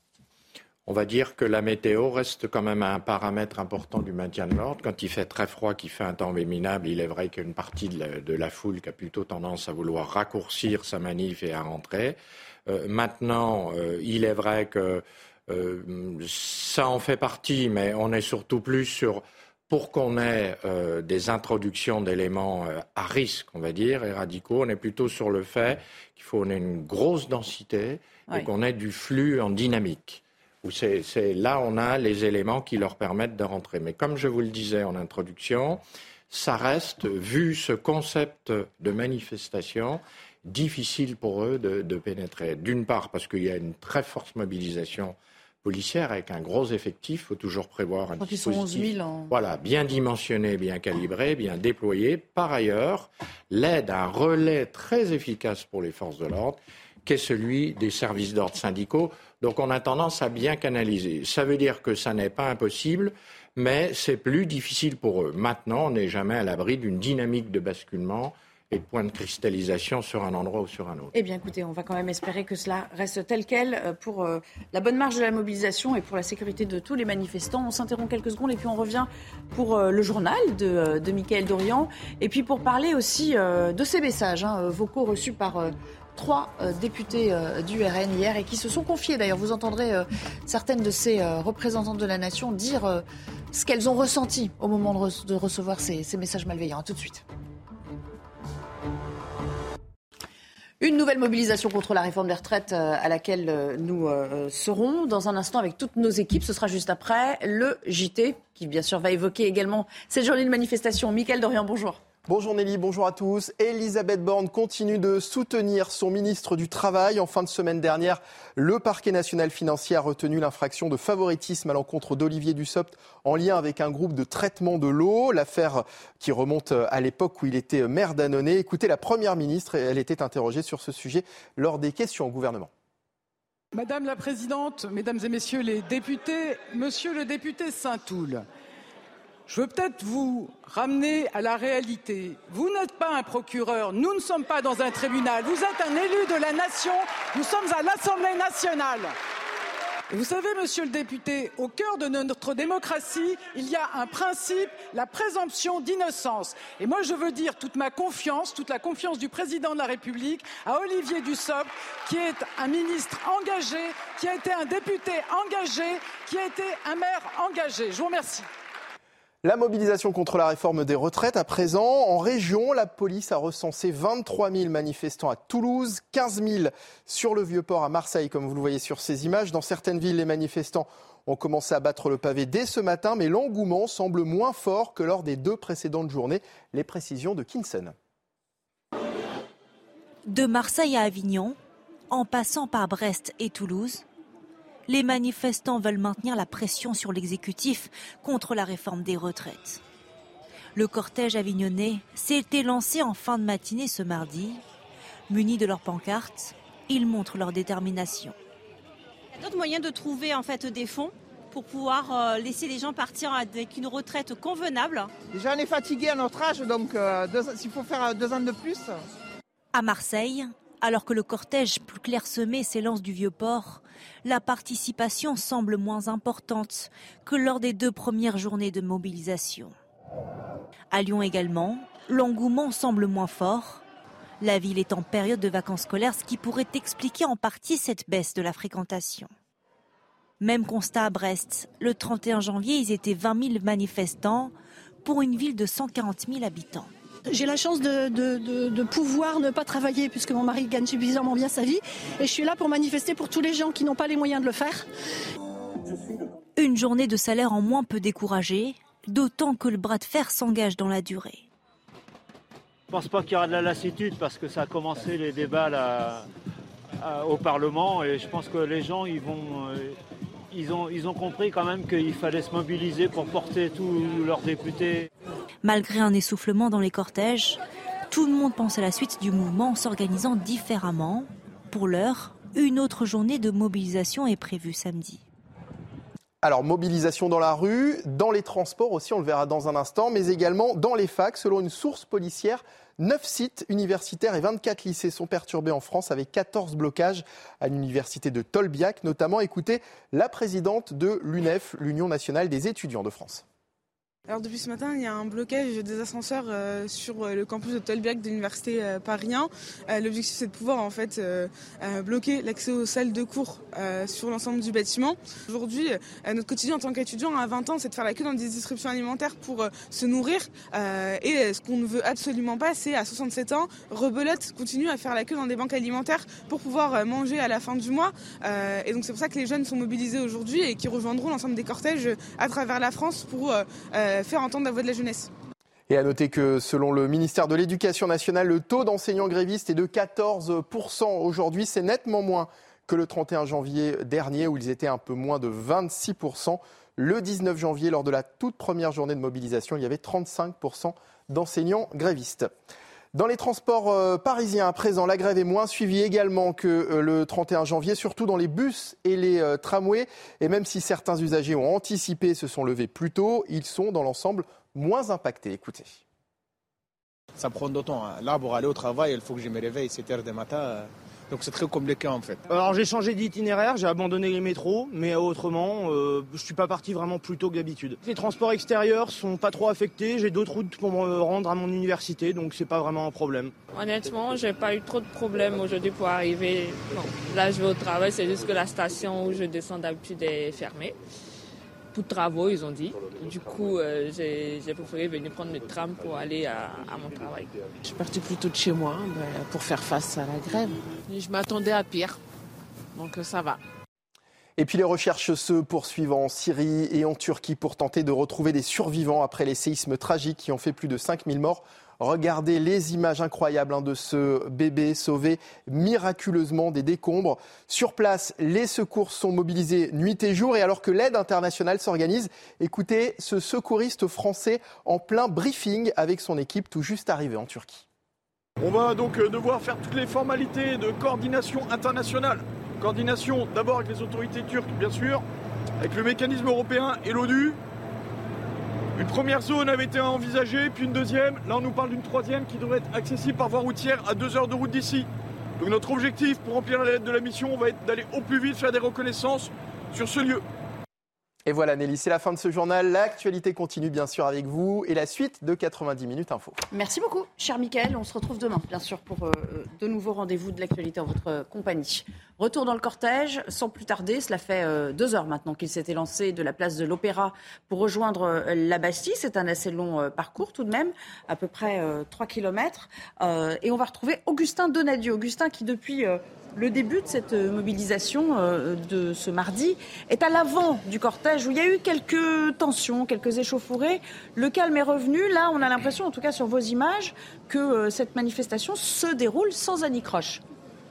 On va dire que la météo reste quand même un paramètre important du maintien de l'ordre. Quand il fait très froid, qu'il fait un temps minable, il est vrai qu'une partie de la, de la foule qui a plutôt tendance à vouloir raccourcir sa manif et à rentrer. Euh, maintenant, euh, il est vrai que Euh, ça en fait partie, mais on est surtout plus sur, pour qu'on ait euh, des introductions d'éléments euh, à risque, on va dire, et radicaux, on est plutôt sur le fait qu'il faut qu'on ait une grosse densité et oui. qu'on ait du flux en dynamique. Où c'est, c'est, là, on a les éléments qui leur permettent de rentrer. Mais comme je vous le disais en introduction, ça reste, vu ce concept de manifestation, difficile pour eux de, de pénétrer. D'une part, parce qu'il y a une très forte mobilisation policière avec un gros effectif, il faut toujours prévoir un Donc dispositif ils sont onze mille en... voilà, bien dimensionné, bien calibré, bien déployé. Par ailleurs, l'aide, un relais très efficace pour les forces de l'ordre, qu'est celui des services d'ordre syndicaux. Donc on a tendance à bien canaliser. Ça veut dire que ça n'est pas impossible, mais c'est plus difficile pour eux. Maintenant, on n'est jamais à l'abri d'une dynamique de basculement et de point de cristallisation sur un endroit ou sur un autre. Eh bien, écoutez, on va quand même espérer que cela reste tel quel pour euh, la bonne marche de la mobilisation et pour la sécurité de tous les manifestants. On s'interrompt quelques secondes et puis on revient pour euh, le journal de, euh, de Mickaël Dorian et puis pour parler aussi euh, de ces messages hein, vocaux reçus par euh, trois euh, députés euh, du R N hier et qui se sont confiés. D'ailleurs, vous entendrez euh, certaines de ces euh, représentantes de la nation dire euh, ce qu'elles ont ressenti au moment de, re- de recevoir ces, ces messages malveillants. À tout de suite. Une nouvelle mobilisation contre la réforme des retraites à laquelle nous serons dans un instant avec toutes nos équipes. Ce sera juste après le J T qui, bien sûr, va évoquer également cette journée de manifestation. Mickaël Dorian, bonjour. Bonjour Nelly, bonjour à tous. Elisabeth Borne continue de soutenir son ministre du Travail. En fin de semaine dernière, le parquet national financier a retenu l'infraction de favoritisme à l'encontre d'Olivier Dussopt en lien avec un groupe de traitement de l'eau. L'affaire qui remonte à l'époque où il était maire d'Annonay. Écoutez, la première ministre, elle était interrogée sur ce sujet lors des questions au gouvernement. Madame la Présidente, Mesdames et Messieurs les députés, Monsieur le député Saint-Toul, je veux peut-être vous ramener à la réalité. Vous n'êtes pas un procureur, nous ne sommes pas dans un tribunal, vous êtes un élu de la nation, nous sommes à l'Assemblée nationale. Et vous savez, monsieur le député, au cœur de notre démocratie, il y a un principe, la présomption d'innocence. Et moi, je veux dire toute ma confiance, toute la confiance du président de la République à Olivier Dussopt, qui est un ministre engagé, qui a été un député engagé, qui a été un maire engagé. Je vous remercie. La mobilisation contre la réforme des retraites à présent. En région, la police a recensé vingt-trois mille manifestants à Toulouse, quinze mille sur le Vieux-Port à Marseille, comme vous le voyez sur ces images. Dans certaines villes, les manifestants ont commencé à battre le pavé dès ce matin, mais l'engouement semble moins fort que lors des deux précédentes journées. Les précisions de Kinson. De Marseille à Avignon, en passant par Brest et Toulouse, les manifestants veulent maintenir la pression sur l'exécutif contre la réforme des retraites. Le cortège avignonnais s'était lancé en fin de matinée ce mardi. Munis de leurs pancartes, ils montrent leur détermination. Il y a d'autres moyens de trouver en fait des fonds pour pouvoir laisser les gens partir avec une retraite convenable. Déjà on est fatigué à notre âge, donc euh, deux, s'il faut faire deux ans de plus. À Marseille, alors que le cortège plus clairsemé s'élance du Vieux-Port, la participation semble moins importante que lors des deux premières journées de mobilisation. À Lyon également, l'engouement semble moins fort. La ville est en période de vacances scolaires, ce qui pourrait expliquer en partie cette baisse de la fréquentation. Même constat à Brest. Le trente et un janvier, ils étaient vingt mille manifestants pour une ville de cent quarante mille habitants. J'ai la chance de, de, de, de pouvoir ne pas travailler puisque mon mari gagne suffisamment bien sa vie. Et je suis là pour manifester pour tous les gens qui n'ont pas les moyens de le faire. Une journée de salaire en moins peut décourager, d'autant que le bras de fer s'engage dans la durée. Je ne pense pas qu'il y aura de la lassitude parce que ça a commencé les débats là, à, au Parlement et je pense que les gens ils vont, euh, ils ont, ils ont compris quand même qu'il fallait se mobiliser pour porter tous leurs députés. Malgré un essoufflement dans les cortèges, tout le monde pense à la suite du mouvement en s'organisant différemment. Pour l'heure, une autre journée de mobilisation est prévue samedi. Alors, mobilisation dans la rue, dans les transports aussi, on le verra dans un instant, mais également dans les facs. Selon une source policière, neuf sites universitaires et vingt-quatre lycées sont perturbés en France avec quatorze blocages à l'université de Tolbiac. Notamment, écoutez la présidente de l'U N E F, l'Union nationale des étudiants de France. Alors depuis ce matin, il y a un blocage des ascenseurs euh, sur le campus de Tolbiac de l'université euh, Paris un. Euh, l'objectif, c'est de pouvoir en fait euh, euh, bloquer l'accès aux salles de cours euh, sur l'ensemble du bâtiment. Aujourd'hui, euh, notre quotidien en tant qu'étudiant à vingt ans, c'est de faire la queue dans des distributions alimentaires pour euh, se nourrir. Euh, et ce qu'on ne veut absolument pas, c'est à soixante-sept ans, rebelote, continue à faire la queue dans des banques alimentaires pour pouvoir euh, manger à la fin du mois. Euh, et donc c'est pour ça que les jeunes sont mobilisés aujourd'hui et qui rejoindront l'ensemble des cortèges à travers la France pour euh, faire entendre la voix de la jeunesse. Et à noter que selon le ministère de l'Éducation nationale, le taux d'enseignants grévistes est de quatorze pour cent aujourd'hui. C'est nettement moins que le trente et un janvier dernier où ils étaient un peu moins de vingt-six pour cent. Le dix-neuf janvier, lors de la toute première journée de mobilisation, il y avait trente-cinq pour cent d'enseignants grévistes. Dans les transports euh, parisiens à présent, la grève est moins suivie également que euh, le trente et un janvier, surtout dans les bus et les euh, tramways. Et même si certains usagers ont anticipé et se sont levés plus tôt, ils sont dans l'ensemble moins impactés. Écoutez. ça prend du temps. Là, pour aller au travail, il faut que je me réveille sept heures du matin. Donc c'est très compliqué en fait. Alors j'ai changé d'itinéraire, j'ai abandonné les métros, mais autrement, euh, je suis pas parti vraiment plus tôt que d'habitude. Les transports extérieurs sont pas trop affectés, j'ai d'autres routes pour me rendre à mon université, donc c'est pas vraiment un problème. Honnêtement, j'ai pas eu trop de problèmes aujourd'hui pour arriver. Bon, là je vais au travail, c'est juste que la station où je descends d'habitude est fermée. Pour travaux, ils ont dit. Du coup, euh, j'ai, j'ai préféré venir prendre le tram pour aller à, à mon travail. Je suis partie plutôt de chez moi ben, pour faire face à la grève. Et je m'attendais à pire, donc ça va. Et puis les recherches se poursuivent en Syrie et en Turquie pour tenter de retrouver des survivants après les séismes tragiques qui ont fait plus de cinq mille morts. Regardez les images incroyables hein, de ce bébé sauvé miraculeusement des décombres. Sur place, les secours sont mobilisés nuit et jour. Et alors que l'aide internationale s'organise, écoutez ce secouriste français en plein briefing avec son équipe tout juste arrivé en Turquie. On va donc devoir faire toutes les formalités de coordination internationale. Coordination d'abord avec les autorités turques, bien sûr, avec le mécanisme européen et l'ONU. Une première zone avait été envisagée, puis une deuxième. Là, on nous parle d'une troisième qui devrait être accessible par voie routière à deux heures de route d'ici. Donc notre objectif pour remplir la lettre de la mission va être d'aller au plus vite faire des reconnaissances sur ce lieu. Et voilà Nelly, c'est la fin de ce journal. L'actualité continue bien sûr avec vous et la suite de quatre-vingt-dix minutes info. Merci beaucoup, cher Mickaël. On se retrouve demain, bien sûr, pour euh, de nouveaux rendez-vous de l'actualité en votre euh, compagnie. Retour dans le cortège, sans plus tarder. Cela fait euh, deux heures maintenant qu'il s'était lancé de la place de l'Opéra pour rejoindre euh, la Bastille. C'est un assez long euh, parcours tout de même, à peu près euh, trois kilomètres. Euh, et on va retrouver Augustin Donadieu. Augustin qui, depuis... Euh, Le début de cette mobilisation euh, de ce mardi est à l'avant du cortège où il y a eu quelques tensions, quelques échauffourées. Le calme est revenu. Là, on a l'impression, en tout cas sur vos images, que euh, cette manifestation se déroule sans anicroche.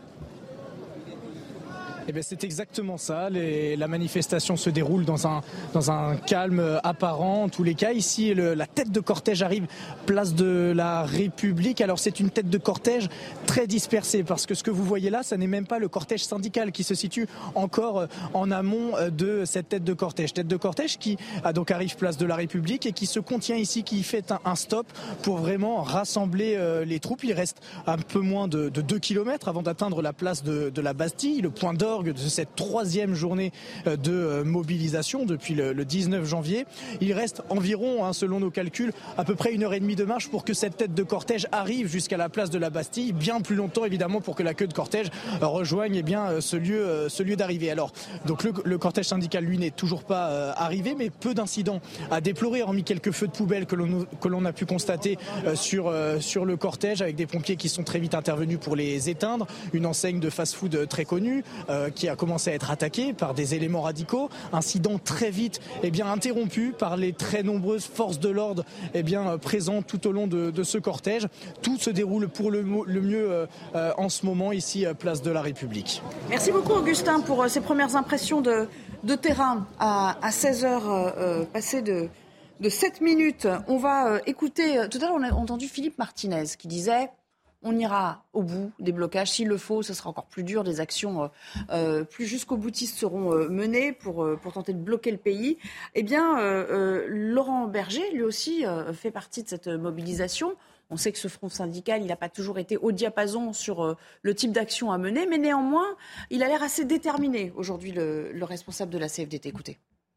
Eh bien, c'est exactement ça. Les, la manifestation se déroule dans un, dans un calme apparent. En tous les cas, ici, le, la tête de cortège arrive place de la République. Alors, c'est une tête de cortège très dispersée parce que ce que vous voyez là, ça n'est même pas le cortège syndical qui se situe encore en amont de cette tête de cortège. Tête de cortège qui a donc arrive place de la République et qui se contient ici, qui fait un, un stop pour vraiment rassembler euh, les troupes. Il reste un peu moins de, de deux kilomètres avant d'atteindre la place de, de la Bastille, le point d'orgue de cette troisième journée de mobilisation depuis le, le dix-neuf janvier. Il reste environ, hein, selon nos calculs, à peu près une heure et demie de marche pour que cette tête de cortège arrive jusqu'à la place de la Bastille. Bien plus longtemps, évidemment, pour que la queue de cortège rejoigne eh bien, ce lieu, ce lieu d'arrivée. Alors, donc le, le cortège syndical, lui, n'est toujours pas euh, arrivé, mais peu d'incidents à déplorer, hormis quelques feux de poubelle que l'on, que l'on a pu constater euh, sur, euh, sur le cortège, avec des pompiers qui sont très vite intervenus pour les éteindre. Une enseigne de fast-food très connue, euh, qui a commencé à être attaqué par des éléments radicaux. Incident très vite eh bien, interrompu par les très nombreuses forces de l'ordre eh bien, présentes tout au long de, de ce cortège. Tout se déroule pour le, le mieux euh, en ce moment ici, place de la République. Merci beaucoup Augustin pour euh, ces premières impressions de, de terrain à, à seize heures euh, passées de, de sept minutes. On va euh, écouter, euh, tout à l'heure on a entendu Philippe Martinez qui disait... On ira au bout des blocages. S'il le faut, ce sera encore plus dur. Des actions euh, euh, plus jusqu'au boutiste seront euh, menées pour, euh, pour tenter de bloquer le pays. Eh bien, euh, euh, Laurent Berger, lui aussi, euh, fait partie de cette mobilisation. On sait que ce front syndical, il n'a pas toujours été au diapason sur euh, le type d'action à mener. Mais néanmoins, il a l'air assez déterminé aujourd'hui, le, le responsable de la C F D T. Écoutez.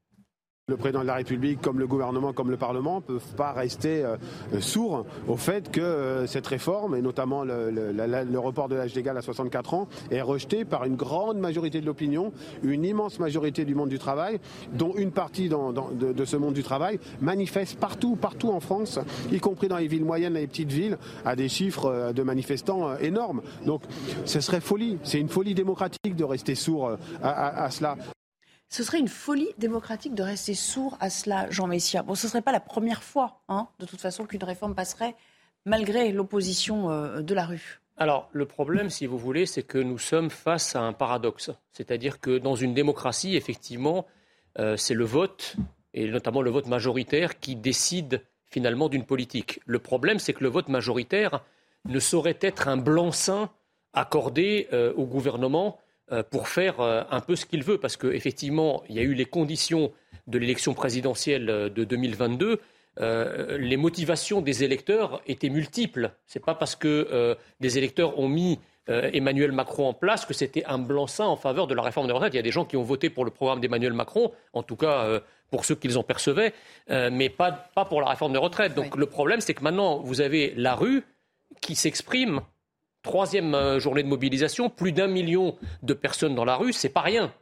Le président de la République, comme le gouvernement, comme le Parlement, ne peuvent pas rester euh, sourds au fait que euh, cette réforme, et notamment le, le, la, le report de l'âge légal à soixante-quatre ans, est rejeté par une grande majorité de l'opinion, une immense majorité du monde du travail, dont une partie dans, dans, de, de ce monde du travail manifeste partout, partout en France, y compris dans les villes moyennes et les petites villes, à des chiffres de manifestants énormes. Donc ce serait folie, c'est une folie démocratique de rester sourd à, à, à cela. Ce serait une folie démocratique de rester sourd à cela, Jean Messia. Bon, ce ne serait pas la première fois, hein, de toute façon, qu'une réforme passerait malgré l'opposition euh, de la rue. Alors, le problème, si vous voulez, c'est que nous sommes face à un paradoxe. C'est-à-dire que dans une démocratie, effectivement, euh, c'est le vote, et notamment le vote majoritaire, qui décide finalement d'une politique. Le problème, c'est que le vote majoritaire ne saurait être un blanc-seing accordé euh, au gouvernement pour faire un peu ce qu'il veut, parce qu'effectivement, il y a eu les conditions de l'élection présidentielle de deux mille vingt-deux, euh, les motivations des électeurs étaient multiples. Ce n'est pas parce que euh, des électeurs ont mis euh, Emmanuel Macron en place que c'était un blanc-seing en faveur de la réforme des retraites. Il y a des gens qui ont voté pour le programme d'Emmanuel Macron, en tout cas euh, pour ceux qu'ils en percevaient, euh, mais pas, pas pour la réforme des retraites. Donc oui. Le problème, c'est que maintenant, vous avez la rue qui s'exprime. Troisième euh, journée de mobilisation, plus d'un million de personnes dans la rue, c'est pas rien.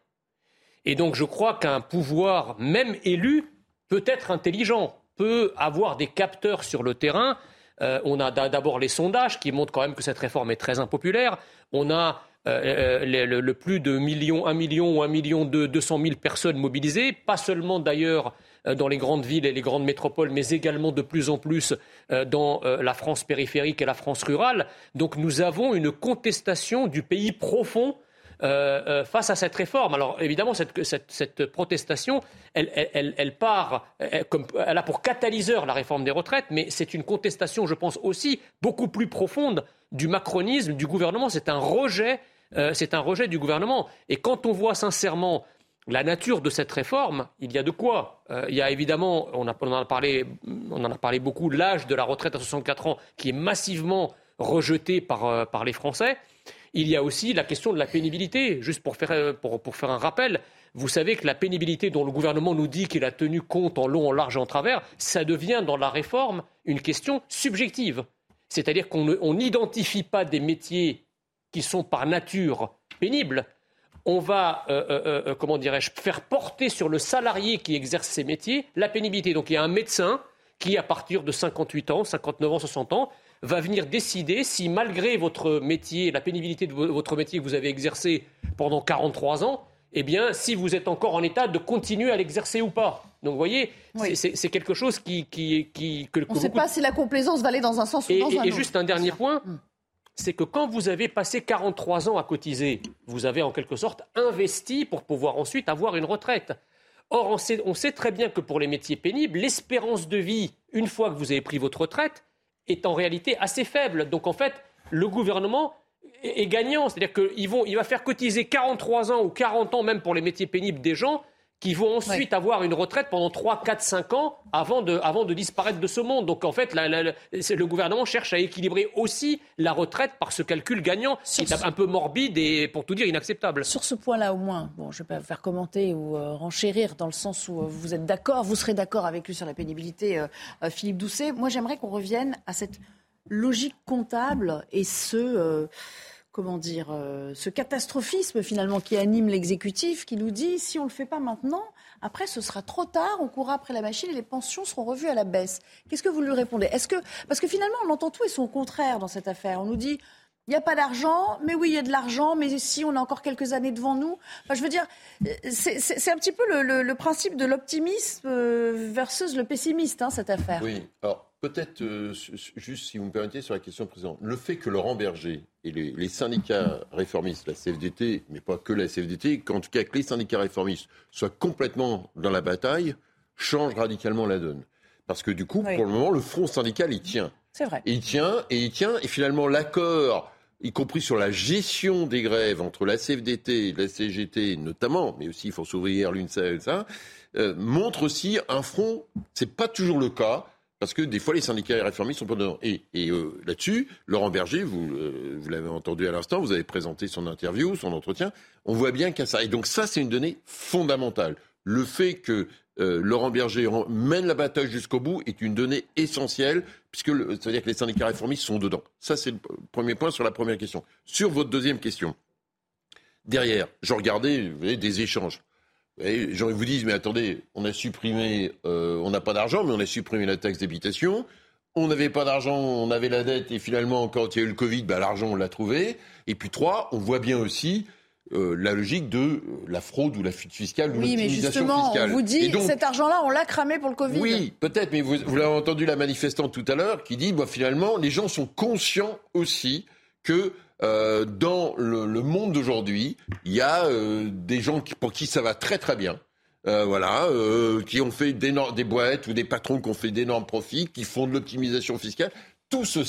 Et donc je crois qu'un pouvoir, même élu, peut être intelligent, peut avoir des capteurs sur le terrain. Euh, on a d'abord les sondages qui montrent quand même que cette réforme est très impopulaire. On a euh, le, le, le plus de million, un million ou un million de deux cent mille personnes mobilisées, pas seulement d'ailleurs euh, dans les grandes villes et les grandes métropoles, mais également de plus en plus euh, dans euh, la France périphérique et la France rurale. Donc nous avons une contestation du pays profond Euh, euh, face à cette réforme. Alors évidemment, cette, cette, cette protestation, elle, elle, elle part, elle, comme, elle a pour catalyseur la réforme des retraites, mais c'est une contestation, je pense aussi, beaucoup plus profonde du macronisme, du gouvernement. C'est un rejet, euh, c'est un rejet du gouvernement. Et quand on voit sincèrement la nature de cette réforme, il y a de quoi. Euh, il y a évidemment, on, a, on, en a parlé, on en a parlé beaucoup, l'âge de la retraite à soixante-quatre ans qui est massivement rejeté par, euh, par les Français. Il y a aussi la question de la pénibilité. Juste pour faire, pour, pour faire un rappel, vous savez que la pénibilité dont le gouvernement nous dit qu'il a tenu compte en long, en large et en travers, ça devient dans la réforme une question subjective. C'est-à-dire qu'on n'identifie pas des métiers qui sont par nature pénibles. On va, euh, euh, euh, comment dirais-je, faire porter sur le salarié qui exerce ces métiers la pénibilité. Donc il y a un médecin qui, à partir de cinquante-huit ans, cinquante-neuf ans, soixante ans, va venir décider si, malgré votre métier, la pénibilité de votre métier que vous avez exercé pendant quarante-trois ans, eh bien, si vous êtes encore en état de continuer à l'exercer ou pas. Donc, vous voyez, oui. c'est quelque chose qui... qui, qui que, On ne sait pas si la complaisance va aller dans un sens ou et, dans et, un et autre. Et juste un dernier point, hum. c'est que quand vous avez passé quarante-trois ans à cotiser, vous avez en quelque sorte investi pour pouvoir ensuite avoir une retraite. Or, on sait, on sait très bien que pour les métiers pénibles, l'espérance de vie, une fois que vous avez pris votre retraite, est en réalité assez faible. Donc en fait, le gouvernement est, est gagnant. C'est-à-dire qu'il vont, il va faire cotiser quarante-trois ans ou quarante ans même pour les métiers pénibles des gens qui vont ensuite oui. avoir une retraite pendant trois, quatre, cinq ans avant de, avant de disparaître de ce monde. Donc en fait, la, la, la, le gouvernement cherche à équilibrer aussi la retraite par ce calcul gagnant qui est un peu morbide et, pour tout dire, inacceptable. Sur ce point-là, au moins, bon, je ne vais pas vous faire commenter ou euh, renchérir dans le sens où euh, vous êtes d'accord, vous serez d'accord avec lui sur la pénibilité, euh, euh, Philippe Doucet. Moi, j'aimerais qu'on revienne à cette logique comptable et ce... Euh, comment dire, euh, ce catastrophisme finalement qui anime l'exécutif, qui nous dit si on ne le fait pas maintenant, après ce sera trop tard, on courra après la machine et les pensions seront revues à la baisse. Qu'est-ce que vous lui répondez ? Est-ce que, parce que finalement on entend tout et son contraire dans cette affaire. On nous dit il n'y a pas d'argent, mais oui il y a de l'argent, mais si on a encore quelques années devant nous. Enfin, je veux dire, c'est un petit peu le, le, le principe de l'optimisme versus le pessimiste, hein, cette affaire. Oui, alors... Peut-être, euh, juste si vous me permettez, sur la question précédente, le fait que Laurent Berger et les, les syndicats réformistes, la C F D T, mais pas que la C F D T, qu'en tout cas que les syndicats réformistes soient complètement dans la bataille, change radicalement la donne. Parce que du coup, oui. pour le moment, le front syndical, il tient. C'est vrai. Et il tient, et il tient, et finalement, l'accord, y compris sur la gestion des grèves entre la C F D T et la C G T notamment, mais aussi Force ouvrière, l'UNSA et ça, euh, montre aussi un front, c'est pas toujours le cas, parce que des fois, les syndicats réformistes sont pas dedans. Et, et euh, là-dessus, Laurent Berger, vous, euh, vous l'avez entendu à l'instant, vous avez présenté son interview, son entretien, on voit bien qu'il y a ça. Et donc ça, c'est une donnée fondamentale. Le fait que euh, Laurent Berger mène la bataille jusqu'au bout est une donnée essentielle, puisque le, ça veut dire que les syndicats réformistes sont dedans. Ça, c'est le premier point sur la première question. Sur votre deuxième question, derrière, je regardais vous voyez, des échanges. Les gens vous disent, mais attendez, on a supprimé, euh, on n'a pas d'argent, mais on a supprimé la taxe d'habitation. On n'avait pas d'argent, on avait la dette, et finalement, quand il y a eu le Covid, bah, l'argent, on l'a trouvé. Et puis trois, on voit bien aussi euh, la logique de euh, la fraude ou la fuite fiscale, ou oui, l'optimisation fiscale. Oui, mais justement, fiscale. on vous dit, donc, cet argent-là, on l'a cramé pour le Covid. Oui, peut-être, mais vous, vous l'avez entendu la manifestante tout à l'heure, qui dit, bah, finalement, les gens sont conscients aussi que... Euh, dans le, le monde d'aujourd'hui, il y a euh, des gens qui, pour qui ça va très très bien, euh, voilà, euh, qui ont fait des boîtes ou des patrons qui ont fait d'énormes profits, qui font de l'optimisation fiscale. Tout se sait.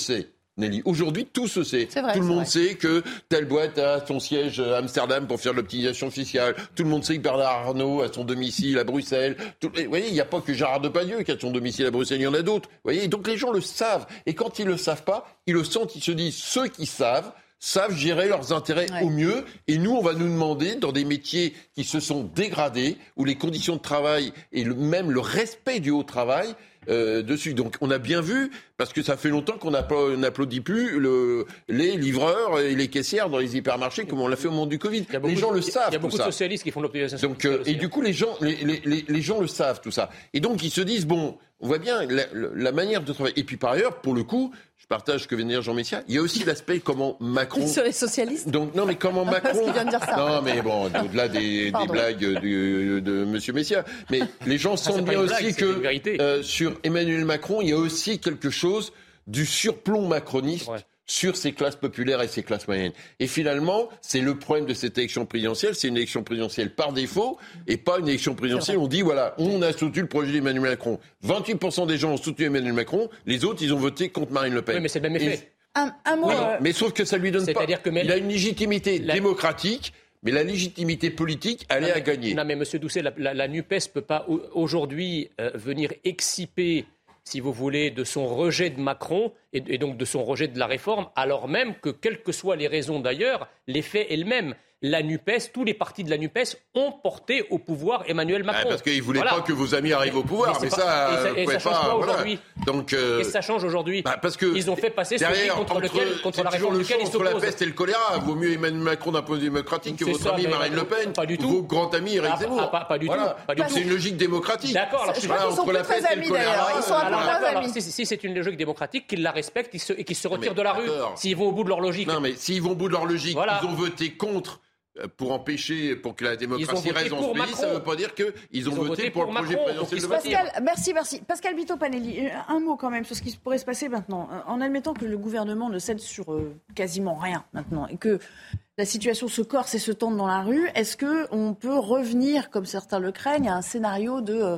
Nelly. Aujourd'hui, tout se sait. C'est vrai, tout le c'est monde vrai. sait que telle boîte a son siège à Amsterdam pour faire de l'optimisation fiscale. Tout le monde sait que Bernard Arnault a son domicile à Bruxelles. Tout... Vous voyez, il n'y a pas que Gérard Depardieu qui a son domicile à Bruxelles, il y en a d'autres. Vous voyez, donc les gens le savent. Et quand ils ne le savent pas, ils le sentent, ils se disent, ceux qui savent, savent gérer leurs intérêts ouais. au mieux. Et nous, on va nous demander, dans des métiers qui se sont dégradés, où les conditions de travail et le, même le respect du haut travail, Euh, dessus. Donc on a bien vu, parce que ça fait longtemps qu'on n'applaudit plus le, les livreurs et les caissières dans les hypermarchés comme on l'a fait au moment du Covid. Les gens de, le savent. Il y a beaucoup tout de ça. socialistes qui font de l'optimisation. Donc, euh, et du coup, les gens, les, les, les, les gens le savent, tout ça. Et donc ils se disent, bon, on voit bien la, la manière de travailler. Et puis par ailleurs, pour le coup, je partage ce que vient de dire Jean Messia, il y a aussi l'aspect comment Macron... Sur les socialistes. Donc, non, mais comment Macron... Parce qu'il vient de dire ça. Non, mais bon, au-delà des, des blagues de, de M. Messia. Mais les gens sentent bien aussi blague, que euh, sur Emmanuel Macron, il y a aussi quelque chose du surplomb macroniste ouais. sur ces classes populaires et ces classes moyennes. Et finalement, c'est le problème de cette élection présidentielle, c'est une élection présidentielle par défaut et pas une élection présidentielle. On dit, voilà, on a soutenu le projet d'Emmanuel Macron. vingt-huit pour cent des gens ont soutenu Emmanuel Macron, les autres, ils ont voté contre Marine Le Pen. Oui, mais c'est le même effet. Et... Un, un mot. Oui, euh... mais sauf que ça lui donne pas... Que même... Il a une légitimité la... démocratique, mais la légitimité politique, elle est à gagner. Non, mais M. Doucet, la, la, la NUPES ne peut pas aujourd'hui euh, venir exciper, si vous voulez, de son rejet de Macron et, et donc de son rejet de la réforme, alors même que, quelles que soient les raisons d'ailleurs, l'effet est le même. La NUPES, tous les partis de la NUPES ont porté au pouvoir Emmanuel Macron. Ah, parce qu'ils ne voulaient voilà. pas que vos amis arrivent au pouvoir, mais, mais pas, ça, et ça, et ça change pas, pas voilà. aujourd'hui. Donc, euh, Qu'est-ce que ça change aujourd'hui bah, parce que ils ont fait passer derrière, celui contre, entre, lequel, contre la réforme duquel ils s'opposent. Entre la peste et le choléra, vaut mieux Emmanuel Macron d'un point de vue démocratique que votre ça, ami Marine Le Pen, pas du tout. ou vos grands amis Éric Zemmour. Ah, pas, pas du voilà. tout. Pas du c'est une logique démocratique. D'accord. Alors, je crois qu'ils sont plus très amis d'ailleurs. Ils sont un peu moins amis. Si c'est une logique démocratique, qu'ils la respectent et qu'ils se retirent de la rue. S'ils vont au bout de leur logique. Non, mais s'ils vont au bout de leur logique, ils ont voté contre. Pour empêcher, pour que la démocratie reste dans ce pays, Macron. Ça ne veut pas dire qu'ils ont, ils ont voté, voté pour, pour le projet présidentiel de Pascal, merci, merci. Pascal Bito-Panelli, un mot quand même sur ce qui pourrait se passer maintenant. En admettant que le gouvernement ne cède sur euh, quasiment rien maintenant et que la situation se corse et se tende dans la rue, est-ce qu'on peut revenir, comme certains le craignent, à un scénario de euh,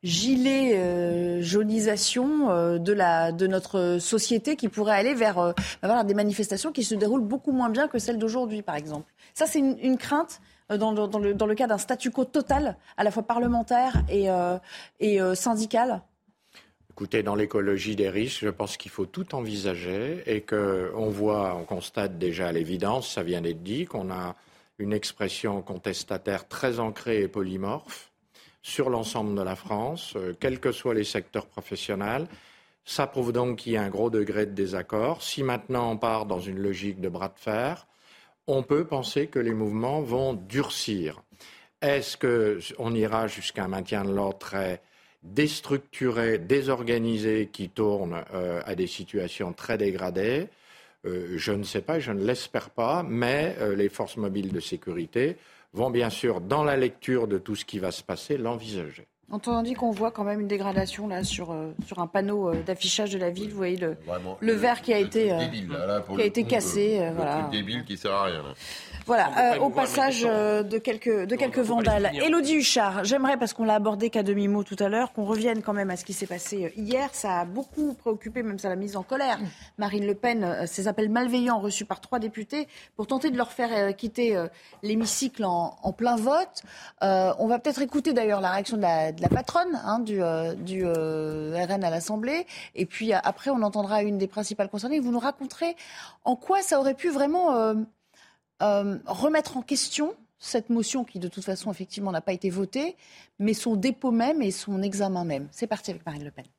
gilet euh, jaunisation euh, de, la, de notre société qui pourrait aller vers euh, voilà, des manifestations qui se déroulent beaucoup moins bien que celles d'aujourd'hui, par exemple? Ça, c'est une, une crainte euh, dans, le, dans, le, dans le cas d'un statu quo total, à la fois parlementaire et, euh, et euh, syndical. Écoutez, dans l'écologie des risques, je pense qu'il faut tout envisager et qu'on voit, on constate déjà à l'évidence, ça vient d'être dit, qu'on a une expression contestataire très ancrée et polymorphe sur l'ensemble de la France, euh, quels que soient les secteurs professionnels. Ça prouve donc qu'il y a un gros degré de désaccord. Si maintenant on part dans une logique de bras de fer, on peut penser que les mouvements vont durcir. Est-ce qu'on ira jusqu'à un maintien de l'ordre très déstructuré, désorganisé, qui tourne euh, à des situations très dégradées? euh, Je ne sais pas, je ne l'espère pas, mais euh, les forces mobiles de sécurité vont bien sûr, dans la lecture de tout ce qui va se passer, l'envisager. Tandis qu'on voit quand même une dégradation là sur, euh, sur un panneau euh, d'affichage de la ville, vous voyez le, le verre qui a été, euh, débile, là, là, qui a été coup, cassé. Le, euh, le voilà. truc débile qui sert à rien. Là. Voilà, euh, au passage euh, de quelques, de quelques vandales. Élodie Huchard, j'aimerais, parce qu'on l'a abordé qu'à demi-mot tout à l'heure, qu'on revienne quand même à ce qui s'est passé hier. Ça a beaucoup préoccupé, même ça l'a mise en colère. Marine Le Pen, euh, ces appels malveillants reçus par trois députés pour tenter de leur faire euh, quitter euh, l'hémicycle en, en plein vote. Euh, on va peut-être écouter d'ailleurs la réaction de la, de la patronne hein, du, euh, du euh, R N à l'Assemblée. Et puis après, on entendra une des principales concernées. Vous nous raconterez en quoi ça aurait pu vraiment... Euh, Euh, remettre en question cette motion qui, de toute façon, effectivement, n'a pas été votée, mais son dépôt même et son examen même. C'est parti avec Marine Le Pen.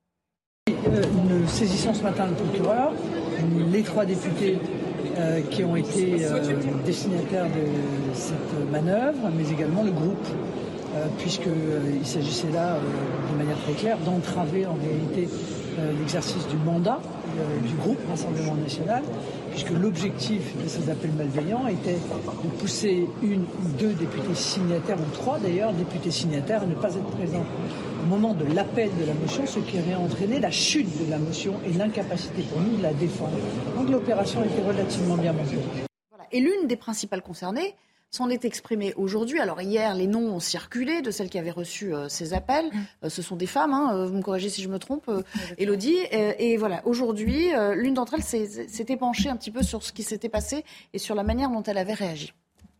Euh, nous saisissons ce matin le procureur, les trois députés euh, qui ont été euh, destinataires de cette manœuvre, mais également le groupe, euh, puisqu'il euh, s'agissait là, euh, de manière très claire, d'entraver en réalité euh, l'exercice du mandat euh, du groupe Rassemblement National, puisque l'objectif de ces appels malveillants était de pousser une ou deux députés signataires, ou trois d'ailleurs, députés signataires, à ne pas être présents au moment de l'appel de la motion, ce qui aurait entraîné la chute de la motion et l'incapacité pour nous de la défendre. Donc l'opération était relativement bien montée. Voilà. Et l'une des principales concernées, s'en est exprimé aujourd'hui. Alors hier, les noms ont circulé de celles qui avaient reçu euh, ces appels. Mmh. Euh, ce sont des femmes, hein, euh, vous me corrigez si je me trompe, euh, Élodie. Euh, et voilà, aujourd'hui, euh, l'une d'entre elles s'est, s'était penchée un petit peu sur ce qui s'était passé et sur la manière dont elle avait réagi.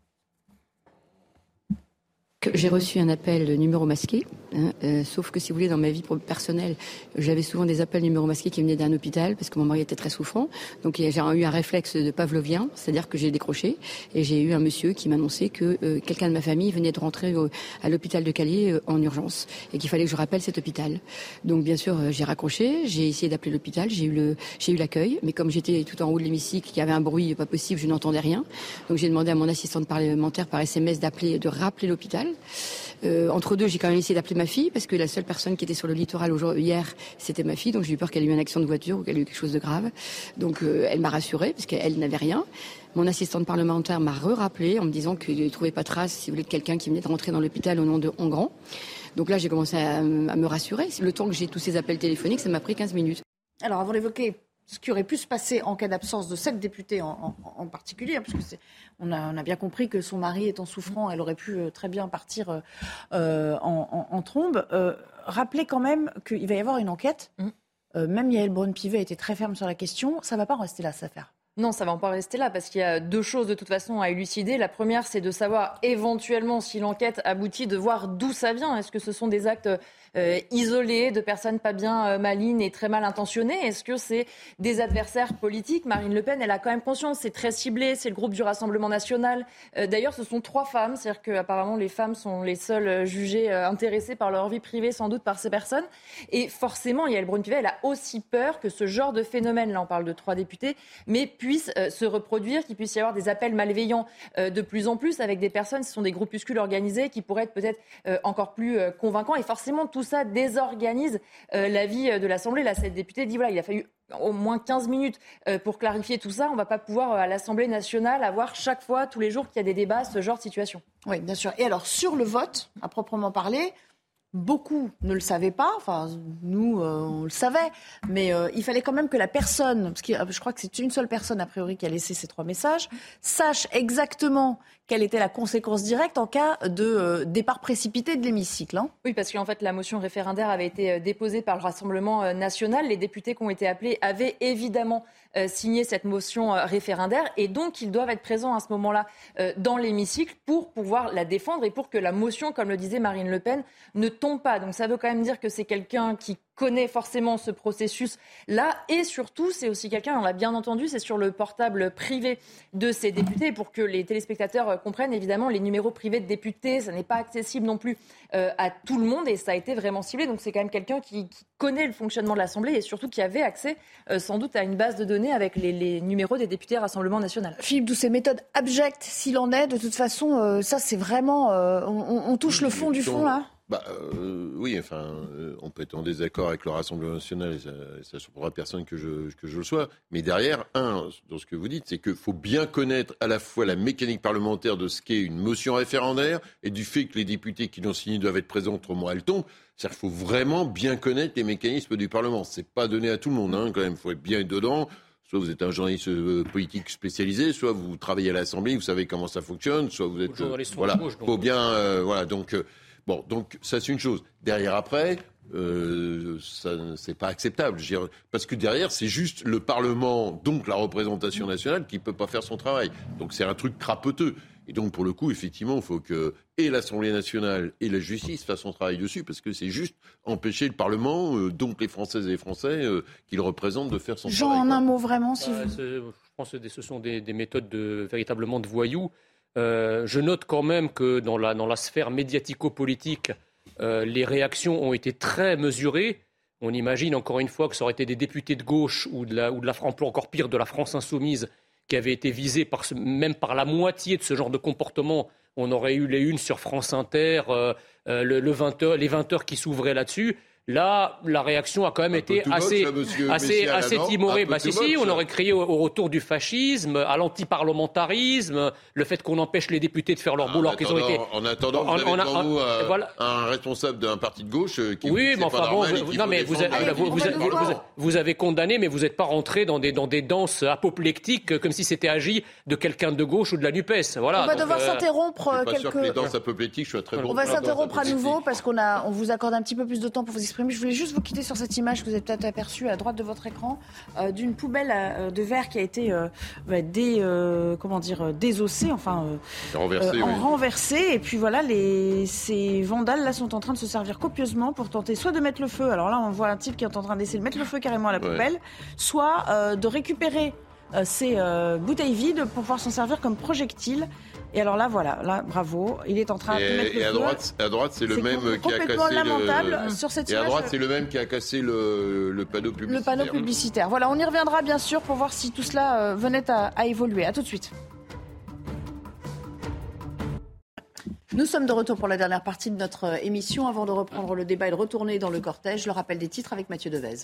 J'ai reçu un appel de numéro masqué, hein, euh, sauf que si vous voulez, dans ma vie personnelle, j'avais souvent des appels numéro masqué qui venaient d'un hôpital parce que mon mari était très souffrant. Donc j'ai eu un réflexe de pavlovien, c'est-à-dire que j'ai décroché et j'ai eu un monsieur qui m'annonçait que euh, quelqu'un de ma famille venait de rentrer euh, à l'hôpital de Calais euh, en urgence et qu'il fallait que je rappelle cet hôpital. Donc bien sûr, euh, j'ai raccroché, j'ai essayé d'appeler l'hôpital, j'ai eu le, j'ai eu l'accueil, mais comme j'étais tout en haut de l'hémicycle, qu'il y avait un bruit pas possible, je n'entendais rien. Donc j'ai demandé à mon assistante parlementaire par S M S d'appeler, de rappeler l'hôpital. Euh, entre deux, j'ai quand même essayé d'appeler ma fille parce que la seule personne qui était sur le littoral hier, c'était ma fille. Donc j'ai eu peur qu'elle ait eu un accident de voiture ou qu'elle ait eu quelque chose de grave. Donc euh, elle m'a rassurée parce qu'elle n'avait rien. Mon assistante parlementaire m'a re-rappelé en me disant qu'il ne trouvait pas de trace, si vous voulez, de quelqu'un qui venait de rentrer dans l'hôpital au nom de Engrand. Donc là, j'ai commencé à, à me rassurer. Le temps que j'ai tous ces appels téléphoniques, ça m'a pris quinze minutes. Alors avant d'évoquer ce qui aurait pu se passer en cas d'absence de cette députée en, en, en particulier, hein, parce que c'est, on, a, on a bien compris que son mari étant souffrant, elle aurait pu euh, très bien partir euh, en, en, en trombe. Euh, rappelez quand même qu'il va y avoir une enquête. Mmh. Euh, même Yaël Braun-Pivet a été très ferme sur la question. Ça ne va pas en rester là, cette affaire. Non, ça ne va pas rester là parce qu'il y a deux choses de toute façon à élucider. La première, c'est de savoir éventuellement si l'enquête aboutit, de voir d'où ça vient. Est-ce que ce sont des actes euh, isolés de personnes pas bien euh, malignes et très mal intentionnées ? Est-ce que c'est des adversaires politiques ? Marine Le Pen, elle a quand même conscience, c'est très ciblé, c'est le groupe du Rassemblement national. Euh, d'ailleurs, ce sont trois femmes, c'est-à-dire qu'apparemment les femmes sont les seules jugées euh, intéressées par leur vie privée, sans doute par ces personnes. Et forcément, Yaël Braun-Pivet, elle a aussi peur que ce genre de phénomène, là on parle de trois députés, mais puisse euh, se reproduire, qu'il puisse y avoir des appels malveillants euh, de plus en plus avec des personnes, ce sont des groupuscules organisés qui pourraient être peut-être euh, encore plus euh, convaincants. Et forcément, tout ça désorganise euh, la vie de l'Assemblée. Là, cette députée dit voilà, il a fallu au moins quinze minutes euh, pour clarifier tout ça. On ne va pas pouvoir, euh, à l'Assemblée nationale, avoir chaque fois, tous les jours qu'il y a des débats, ce genre de situation. Oui, bien sûr. Et alors, sur le vote, à proprement parler, beaucoup ne le savaient pas, enfin nous euh, on le savait, mais euh, il fallait quand même que la personne, parce que je crois que c'est une seule personne a priori qui a laissé ces trois messages, sache exactement quelle était la conséquence directe en cas de euh, départ précipité de l'hémicycle. Hein. Oui, parce qu'en fait la motion référendaire avait été déposée par le Rassemblement national. Les députés qui ont été appelés avaient évidemment euh, signé cette motion euh, référendaire et donc ils doivent être présents à ce moment-là euh, dans l'hémicycle pour pouvoir la défendre et pour que la motion, comme le disait Marine Le Pen, ne tombe pas. Donc ça veut quand même dire que c'est quelqu'un qui connaît forcément ce processus-là et surtout, c'est aussi quelqu'un, on l'a bien entendu, c'est sur le portable privé de ces députés pour que les téléspectateurs comprennent. Évidemment, les numéros privés de députés, ça n'est pas accessible non plus euh, à tout le monde et ça a été vraiment ciblé. Donc c'est quand même quelqu'un qui, qui connaît le fonctionnement de l'Assemblée et surtout qui avait accès euh, sans doute à une base de données avec les, les numéros des députés Rassemblement national. Philippe, d'où ces méthodes abjectes, s'il en est, de toute façon, euh, ça c'est vraiment... Euh, on, on touche le fond du fond là. Bah euh, oui, enfin, euh, on peut être en désaccord avec le Rassemblement national, et ça ne surprendra personne que je, que je le sois. Mais derrière, un, dans ce que vous dites, c'est qu'il faut bien connaître à la fois la mécanique parlementaire de ce qu'est une motion référendaire et du fait que les députés qui l'ont signée doivent être présents, autrement elle tombe. C'est-à-dire qu'il faut vraiment bien connaître les mécanismes du Parlement. C'est pas donné à tout le monde, hein, quand même. Il faut être bien dedans. Soit vous êtes un journaliste euh, politique spécialisé, soit vous travaillez à l'Assemblée, vous savez comment ça fonctionne, soit vous êtes... Euh, voilà, il faut bien... Euh, voilà, donc... Euh, Bon, donc ça c'est une chose. Derrière après, euh, ça c'est pas acceptable. Je dirais, parce que derrière c'est juste le Parlement, donc la représentation nationale, qui peut pas faire son travail. Donc c'est un truc crapoteux. Et donc pour le coup, effectivement, il faut que et l'Assemblée nationale et la justice fassent son travail dessus, parce que c'est juste empêcher le Parlement, euh, donc les Françaises et les Français euh, qu'il représente, de faire son Jean, travail. Jean, en un mot vraiment, si bah, vous... Je pense que ce sont des, des méthodes de, véritablement de voyous. Euh, je note quand même que dans la, dans la sphère médiatico-politique, euh, les réactions ont été très mesurées. On imagine encore une fois que ça aurait été des députés de gauche ou de la, ou de la encore pire de la France insoumise qui avaient été visés par ce, même par la moitié de ce genre de comportement. On aurait eu les unes sur France Inter, euh, euh, le, le vingt heures, les vingt heures qui s'ouvraient là-dessus. Là, la réaction a quand même un été peu assez, moche, là, monsieur assez, Messier, assez là, non timorée. Un peu Bah, si, too si, much, on ça. aurait crié au, au retour du fascisme, à l'antiparlementarisme, le fait qu'on empêche les députés de faire leur boulot alors qu'ils ont été. En attendant, vous on- avez on a- devant on- vous euh, voilà. un responsable d'un parti de gauche euh, qui Oui, c'est mais enfin pas bon, normal et vous, qu'il non, faut mais vous, défendre. avez- Allez, vous, on vous- va le vous- voir. vous- vous avez condamné, mais vous n'êtes pas rentré dans des, dans des danses apoplectiques euh, comme si c'était agi de quelqu'un de gauche ou de la NUPES. Voilà, On va donc, devoir euh, s'interrompre Je suis pas quelques... sûr que les danses apoplectiques soient très bonnes. On va pour la danse s'interrompre à nouveau apoplectique. parce qu'on a, on vous accorde un petit peu plus de temps pour vous exprimer. Je voulais juste vous quitter sur cette image que vous avez peut-être aperçue à droite de votre écran euh, d'une poubelle euh, de verre qui a été euh, bah, dé, euh, comment dire, euh, désossée, enfin euh, Renversé, euh, en oui. renversée. Et puis voilà, les, ces vandales là sont en train de se servir copieusement pour tenter soit de mettre le feu. Alors là, on voit un type qui est en train d'essayer de mettre le feu carrément à la Ouais. poubelle, soit euh, de récupérer euh, ces euh, bouteilles vides pour pouvoir s'en servir comme projectile. Et alors là, voilà, là, bravo, il est en train de mettre Et, le et à feu. droite, à droite, c'est le C'est même qui a complètement cassé lamentable le. sur cette Et à image. droite, c'est le même qui a cassé le, le panneau publicitaire. Le panneau publicitaire. Voilà, on y reviendra bien sûr pour voir si tout cela euh, venait à, à évoluer. À tout de suite. Nous sommes de retour pour la dernière partie de notre euh, émission. Avant de reprendre le débat et de retourner dans le cortège, le rappel des titres avec Mathieu Devez.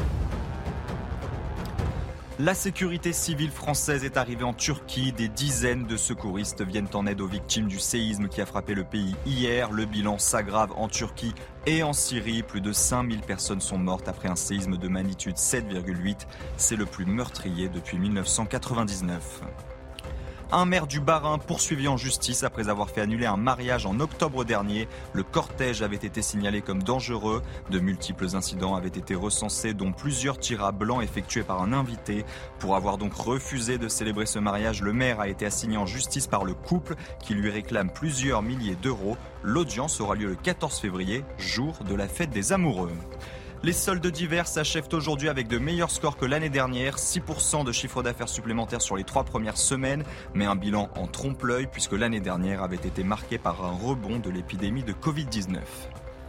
La sécurité civile française est arrivée en Turquie. Des dizaines de secouristes viennent en aide aux victimes du séisme qui a frappé le pays hier. Le bilan s'aggrave en Turquie et en Syrie. Plus de cinq mille personnes sont mortes après un séisme de magnitude sept virgule huit. C'est le plus meurtrier depuis mille neuf cent quatre-vingt-dix-neuf. Un maire du Bas-Rhin poursuivi en justice après avoir fait annuler un mariage en octobre dernier. Le cortège avait été signalé comme dangereux. De multiples incidents avaient été recensés, dont plusieurs tirs à blanc effectués par un invité. Pour avoir donc refusé de célébrer ce mariage, le maire a été assigné en justice par le couple qui lui réclame plusieurs milliers d'euros. L'audience aura lieu le quatorze février, jour de la fête des amoureux. Les soldes d'hiver s'achèvent aujourd'hui avec de meilleurs scores que l'année dernière, six pour cent de chiffre d'affaires supplémentaire sur les trois premières semaines, mais un bilan en trompe-l'œil puisque l'année dernière avait été marquée par un rebond de l'épidémie de covid dix-neuf.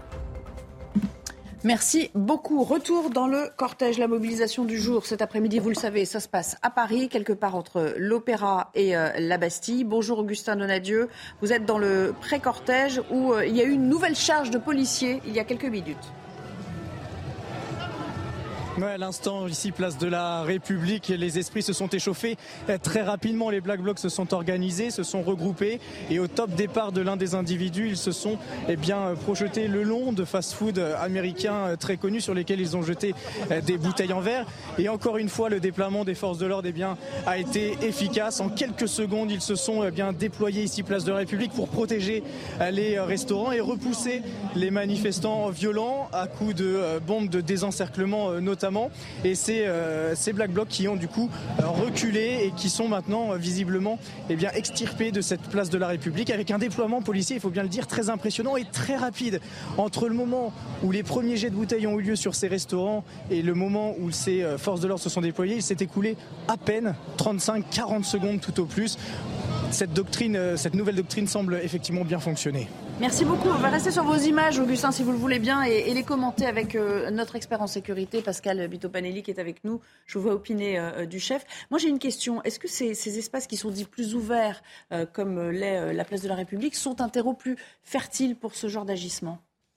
Merci beaucoup. Retour dans le cortège. La mobilisation du jour cet après-midi, vous le savez, ça se passe à Paris, quelque part entre l'Opéra et euh, la Bastille. Bonjour Augustin Donadieu. Vous êtes dans le pré-cortège où euh, il y a eu une nouvelle charge de policiers il y a quelques minutes. Ouais, à l'instant, ici, place de la République, les esprits se sont échauffés très rapidement. Les Black Blocs se sont organisés, se sont regroupés et au top départ de l'un des individus, ils se sont eh bien, projetés le long de fast-food américains très connus sur lesquels ils ont jeté des bouteilles en verre. Et encore une fois, le déploiement des forces de l'ordre eh bien, a été efficace. En quelques secondes, ils se sont eh bien, déployés ici, place de la République, pour protéger les restaurants et repousser les manifestants violents à coups de bombes de désencerclement notamment. Et c'est euh, ces Black Blocs qui ont du coup euh, reculé et qui sont maintenant euh, visiblement eh bien, extirpés de cette place de la République avec un déploiement policier, il faut bien le dire, très impressionnant et très rapide. Entre le moment où les premiers jets de bouteilles ont eu lieu sur ces restaurants et le moment où ces euh, forces de l'ordre se sont déployées, il s'est écoulé à peine trente-cinq à quarante secondes tout au plus. Cette doctrine, euh, cette nouvelle doctrine semble effectivement bien fonctionner. Merci beaucoup. On va rester sur vos images, Augustin, si vous le voulez bien, et, et les commenter avec euh, notre expert en sécurité, Pascal Bito-Panelli, qui est avec nous. Je vous vois opiner euh, du chef. Moi, j'ai une question. Est-ce que ces, ces espaces qui sont dits plus ouverts, euh, comme l'est euh, la place de la République, sont un terreau plus fertile pour ce genre d'agissement ?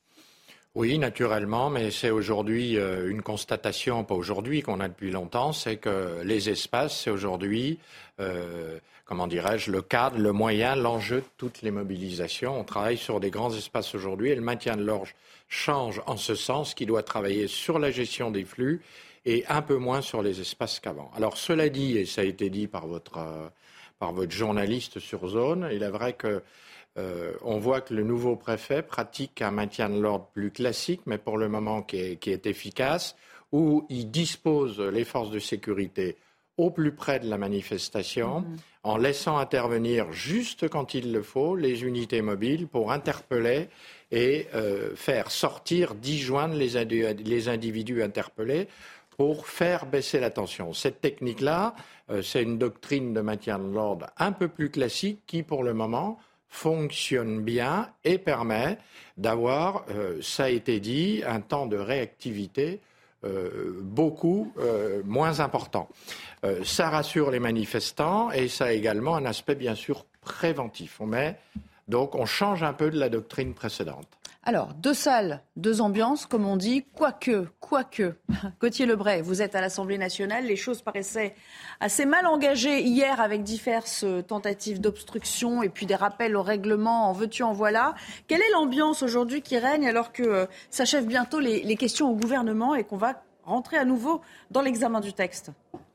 Oui, naturellement, mais c'est aujourd'hui euh, une constatation, pas aujourd'hui, qu'on a depuis longtemps, c'est que les espaces, c'est aujourd'hui, euh, comment dirais-je, le cadre, le moyen, l'enjeu de toutes les mobilisations. On travaille sur des grands espaces aujourd'hui et le maintien de l'ordre change en ce sens qu'il doit travailler sur la gestion des flux et un peu moins sur les espaces qu'avant. Alors cela dit, et ça a été dit par votre, euh, par votre journaliste sur zone, il est vrai que Euh, on voit que le nouveau préfet pratique un maintien de l'ordre plus classique, mais pour le moment qui est, qui est efficace, où il dispose les forces de sécurité au plus près de la manifestation, mmh. en laissant intervenir juste quand il le faut les unités mobiles pour interpeller et euh, faire sortir, disjoindre les, indi- les individus interpellés pour faire baisser la tension. Cette technique-là, euh, c'est une doctrine de maintien de l'ordre un peu plus classique qui, pour le moment, fonctionne bien et permet d'avoir, euh, ça a été dit, un temps de réactivité euh, beaucoup euh, moins important. Euh, ça rassure les manifestants et ça a également un aspect bien sûr préventif. On met, donc on change un peu de la doctrine précédente. Alors, deux salles, deux ambiances, comme on dit, quoique, quoique. Gauthier Lebray, vous êtes à l'Assemblée nationale. Les choses paraissaient assez mal engagées hier avec diverses tentatives d'obstruction et puis des rappels au règlement, en veux-tu, en voilà. Quelle est l'ambiance aujourd'hui qui règne alors que euh, s'achèvent bientôt les, les questions au gouvernement et qu'on va rentrer à nouveau dans l'examen du texte ?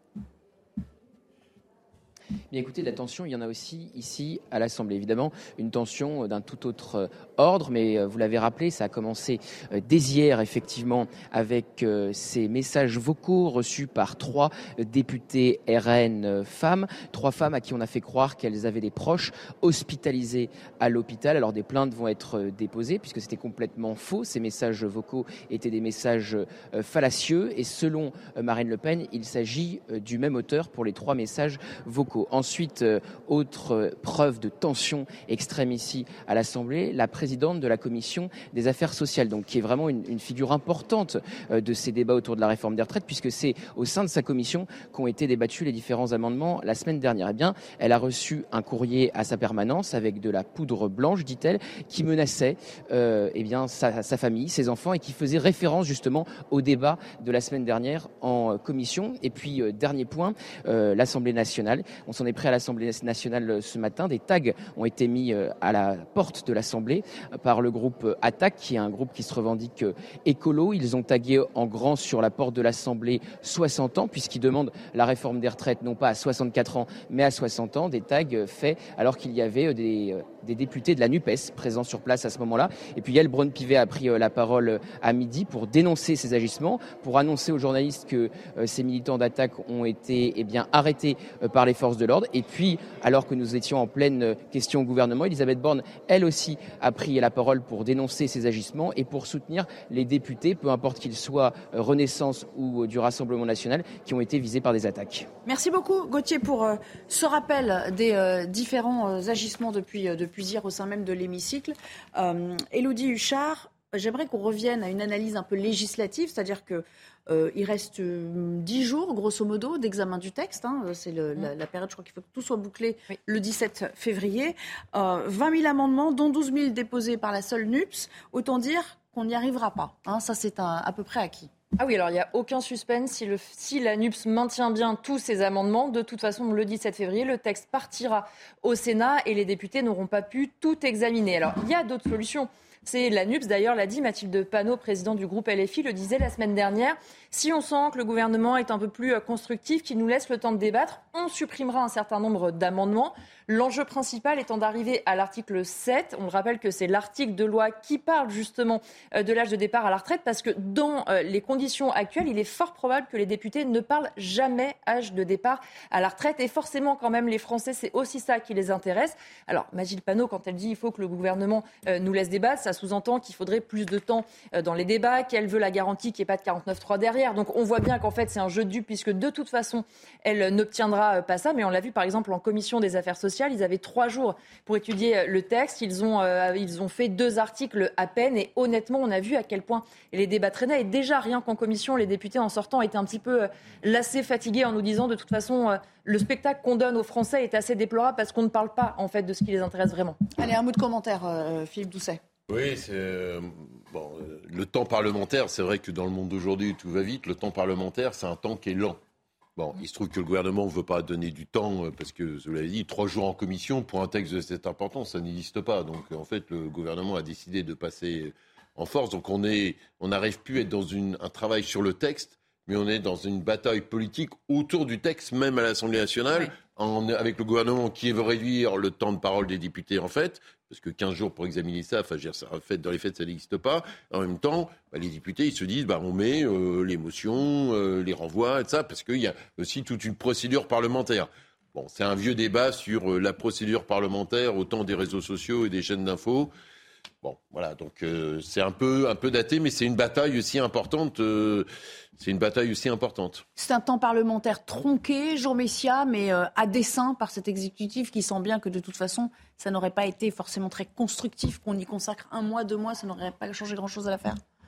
Bien écoutez, de la tension, il y en a aussi ici à l'Assemblée. Évidemment, une tension d'un tout autre ordre, mais vous l'avez rappelé, ça a commencé dès hier, effectivement, avec ces messages vocaux reçus par trois députés R N femmes, trois femmes à qui on a fait croire qu'elles avaient des proches hospitalisés à l'hôpital. Alors des plaintes vont être déposées, puisque c'était complètement faux. Ces messages vocaux étaient des messages fallacieux, et selon Marine Le Pen, il s'agit du même auteur pour les trois messages vocaux. Ensuite, euh, autre euh, preuve de tension extrême ici à l'Assemblée, la présidente de la Commission des affaires sociales, donc qui est vraiment une, une figure importante euh, de ces débats autour de la réforme des retraites, puisque c'est au sein de sa commission qu'ont été débattus les différents amendements la semaine dernière. Eh bien, elle a reçu un courrier à sa permanence avec de la poudre blanche, dit-elle, qui menaçait euh, eh bien, sa, sa famille, ses enfants, et qui faisait référence justement au débat de la semaine dernière en commission. Et puis, euh, dernier point, euh, l'Assemblée nationale. On s'en est pris à l'Assemblée nationale ce matin. Des tags ont été mis à la porte de l'Assemblée par le groupe Attaque, qui est un groupe qui se revendique écolo. Ils ont tagué en grand sur la porte de l'Assemblée soixante ans, puisqu'ils demandent la réforme des retraites non pas à soixante-quatre ans, mais à soixante ans. Des tags faits alors qu'il y avait des, des députés de la NUPES présents sur place à ce moment-là. Et puis Yael Braun-Pivet a pris la parole à midi pour dénoncer ces agissements, pour annoncer aux journalistes que ces militants d'Attaque ont été eh bien, arrêtés par les forces de l'ordre. Et puis, alors que nous étions en pleine question au gouvernement, Elisabeth Borne, elle aussi, a pris la parole pour dénoncer ces agissements et pour soutenir les députés, peu importe qu'ils soient Renaissance ou du Rassemblement national, qui ont été visés par des attaques. Merci beaucoup, Gauthier, pour euh, ce rappel des euh, différents euh, agissements depuis, euh, depuis hier au sein même de l'hémicycle. Euh, Élodie Huchard, j'aimerais qu'on revienne à une analyse un peu législative, c'est-à-dire que Euh, il reste euh, dix jours, grosso modo, d'examen du texte. Hein. C'est le, la, la période, je crois qu'il faut que tout soit bouclé oui. le dix-sept février. Euh, vingt mille amendements, dont douze mille déposés par la seule NUPES. Autant dire qu'on n'y arrivera pas. Hein. Ça, c'est un, à peu près acquis. Ah oui, alors il n'y a aucun suspense. Si, le, si la NUPES maintient bien tous ces amendements, de toute façon, le dix-sept février, le texte partira au Sénat et les députés n'auront pas pu tout examiner. Alors, il y a d'autres solutions. C'est la NUPES, d'ailleurs, l'a dit, Mathilde Panot, présidente du groupe L F I, le disait la semaine dernière. Si on sent que le gouvernement est un peu plus constructif, qu'il nous laisse le temps de débattre, on supprimera un certain nombre d'amendements. L'enjeu principal étant d'arriver à l'article sept. On rappelle que c'est l'article de loi qui parle justement de l'âge de départ à la retraite, parce que dans les conditions actuelles, il est fort probable que les députés ne parlent jamais âge de départ à la retraite. Et forcément, quand même, les Français, c'est aussi ça qui les intéresse. Alors, Mathilde Panot, quand elle dit qu'il faut que le gouvernement nous laisse débattre, ça sous-entend qu'il faudrait plus de temps dans les débats, qu'elle veut la garantie qu'il n'y ait pas de quarante-neuf trois derrière. Donc on voit bien qu'en fait c'est un jeu de dupes, puisque de toute façon elle n'obtiendra pas ça. Mais on l'a vu par exemple en commission des affaires sociales, ils avaient trois jours pour étudier le texte. Ils ont, euh, ils ont fait deux articles à peine, et honnêtement on a vu à quel point les débats traînaient. Et déjà rien qu'en commission, les députés en sortant étaient un petit peu lassés, fatigués, en nous disant de toute façon euh, le spectacle qu'on donne aux Français est assez déplorable, parce qu'on ne parle pas en fait de ce qui les intéresse vraiment. Allez, un mot de commentaire, euh, Philippe Doucet. Oui, c'est, euh, bon, euh, le temps parlementaire, c'est vrai que dans le monde d'aujourd'hui, tout va vite. Le temps parlementaire, c'est un temps qui est lent. Bon, il se trouve que le gouvernement ne veut pas donner du temps, euh, parce que, je vous l'avez dit, trois jours en commission pour un texte de cette importance, ça n'existe pas. Donc, en fait, le gouvernement a décidé de passer en force. Donc, on est, on n'arrive plus à être dans une, un travail sur le texte, mais on est dans une bataille politique autour du texte, même à l'Assemblée nationale, oui. en, avec le gouvernement qui veut réduire le temps de parole des députés, en fait, parce que quinze jours pour examiner ça, enfin, je veux dire, ça, en fait, dans les faits, ça n'existe pas. En même temps, bah, les députés, ils se disent, bah, on met euh, les motions, euh, les renvois, et ça, parce qu'il y a aussi toute une procédure parlementaire. Bon, c'est un vieux débat sur euh, la procédure parlementaire au temps des réseaux sociaux et des chaînes d'infos. Bon, voilà, donc euh, c'est un peu, un peu daté, mais c'est une bataille aussi importante. Euh, c'est une bataille aussi importante. C'est un temps parlementaire tronqué, Jean Messia, mais euh, à dessein par cet exécutif qui sent bien que de toute façon, ça n'aurait pas été forcément très constructif, qu'on y consacre un mois, deux mois, ça n'aurait pas changé grand-chose à l'affaire.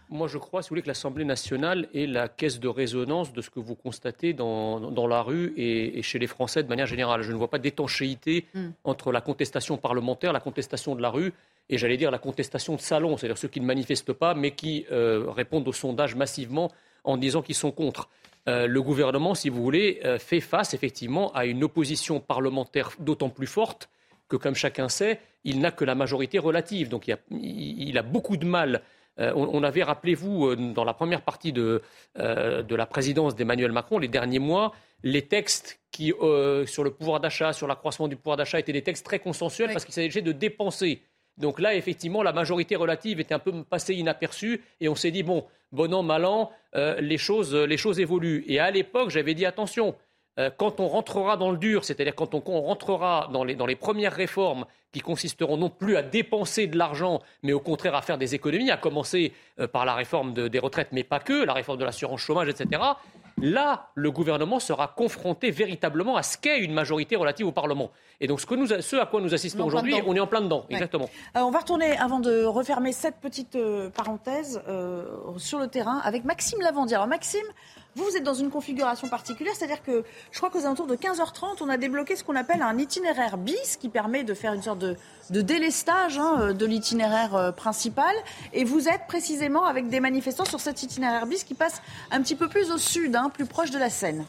Moi, je crois, si vous voulez, que l'Assemblée nationale est la caisse de résonance de ce que vous constatez dans, dans la rue et, et chez les Français de manière générale. Je ne vois pas d'étanchéité mm. entre la contestation parlementaire, la contestation de la rue et, j'allais dire, la contestation de salon, c'est-à-dire ceux qui ne manifestent pas mais qui euh, répondent aux sondages massivement en disant qu'ils sont contre. Euh, le gouvernement, si vous voulez, euh, fait face effectivement à une opposition parlementaire d'autant plus forte que, comme chacun sait, il n'a que la majorité relative. Donc il a, il a beaucoup de mal. Euh, on, on avait, rappelez-vous, euh, dans la première partie de, euh, de la présidence d'Emmanuel Macron, les derniers mois, les textes qui, euh, sur le pouvoir d'achat, sur l'accroissement du pouvoir d'achat, étaient des textes très consensuels oui. parce qu'il s'agissait de dépenser. Donc là, effectivement, la majorité relative était un peu passée inaperçue et on s'est dit, bon, bon an, mal an, euh, les choses, les choses évoluent. Et à l'époque, j'avais dit, attention, euh, quand on rentrera dans le dur, c'est-à-dire quand on, quand on rentrera dans les, dans les premières réformes qui consisteront non plus à dépenser de l'argent, mais au contraire à faire des économies, à commencer euh, par la réforme de, des retraites, mais pas que, la réforme de l'assurance chômage, et cetera, là, le gouvernement sera confronté véritablement à ce qu'est une majorité relative au Parlement. Et donc, ce, que nous, ce à quoi nous assistons aujourd'hui, on est en plein dedans. Ouais. Exactement. Euh, on va retourner, avant de refermer cette petite euh, parenthèse, euh, sur le terrain avec Maxime Lavandier. Alors, Maxime, vous, vous êtes dans une configuration particulière, c'est-à-dire que je crois qu'aux alentours de quinze heures trente, on a débloqué ce qu'on appelle un itinéraire bis qui permet de faire une sorte de, de délestage hein, de l'itinéraire euh, principal. Et vous êtes précisément avec des manifestants sur cet itinéraire bis qui passe un petit peu plus au sud, hein, plus proche de la Seine.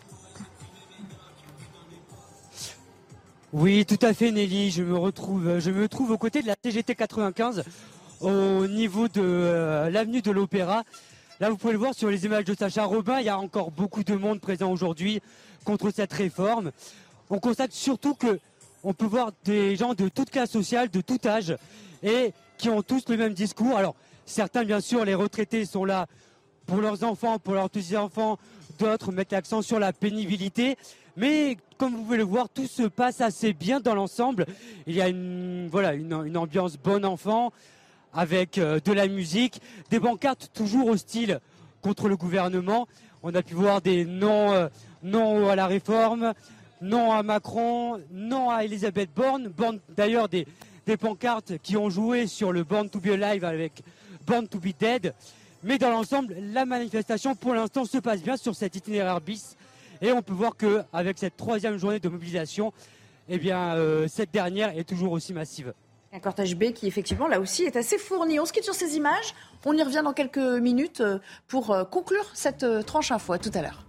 Oui, tout à fait, Nelly. Je me retrouve, je me trouve aux côtés de la C G T quatre-vingt-quinze, au niveau de euh, l'avenue de l'Opéra. Là, vous pouvez le voir sur les images de Sacha Robin, il y a encore beaucoup de monde présent aujourd'hui contre cette réforme. On constate surtout que on peut voir des gens de toute classe sociale, de tout âge, et qui ont tous le même discours. Alors, certains, bien sûr, les retraités sont là pour leurs enfants, pour leurs petits-enfants. D'autres mettent l'accent sur la pénibilité. Mais comme vous pouvez le voir, tout se passe assez bien dans l'ensemble. Il y a une, voilà, une, une ambiance bon enfant avec euh, de la musique, des pancartes toujours hostiles contre le gouvernement. On a pu voir des non, euh, non à la réforme, non à Macron, non à Elisabeth Borne. Borne d'ailleurs des, des pancartes qui ont joué sur le Born to be Alive avec Born to be Dead. Mais dans l'ensemble, la manifestation pour l'instant se passe bien sur cet itinéraire bis. Et on peut voir qu'avec cette troisième journée de mobilisation, eh bien, euh, cette dernière est toujours aussi massive. Un cortège B qui, effectivement, là aussi, est assez fourni. On se quitte sur ces images. On y revient dans quelques minutes pour conclure cette tranche info. À tout à l'heure.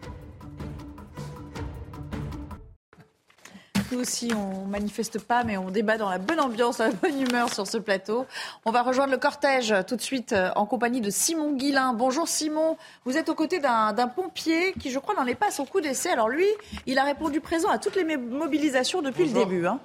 Nous aussi, on ne manifeste pas, mais on débat dans la bonne ambiance, dans la bonne humeur sur ce plateau. On va rejoindre le cortège tout de suite en compagnie de Simon Guillain. Bonjour Simon, vous êtes aux côtés d'un, d'un pompier qui, je crois, n'en est pas à son coup d'essai. Alors lui, il a répondu présent à toutes les mobilisations depuis Bonjour. le début. Hein.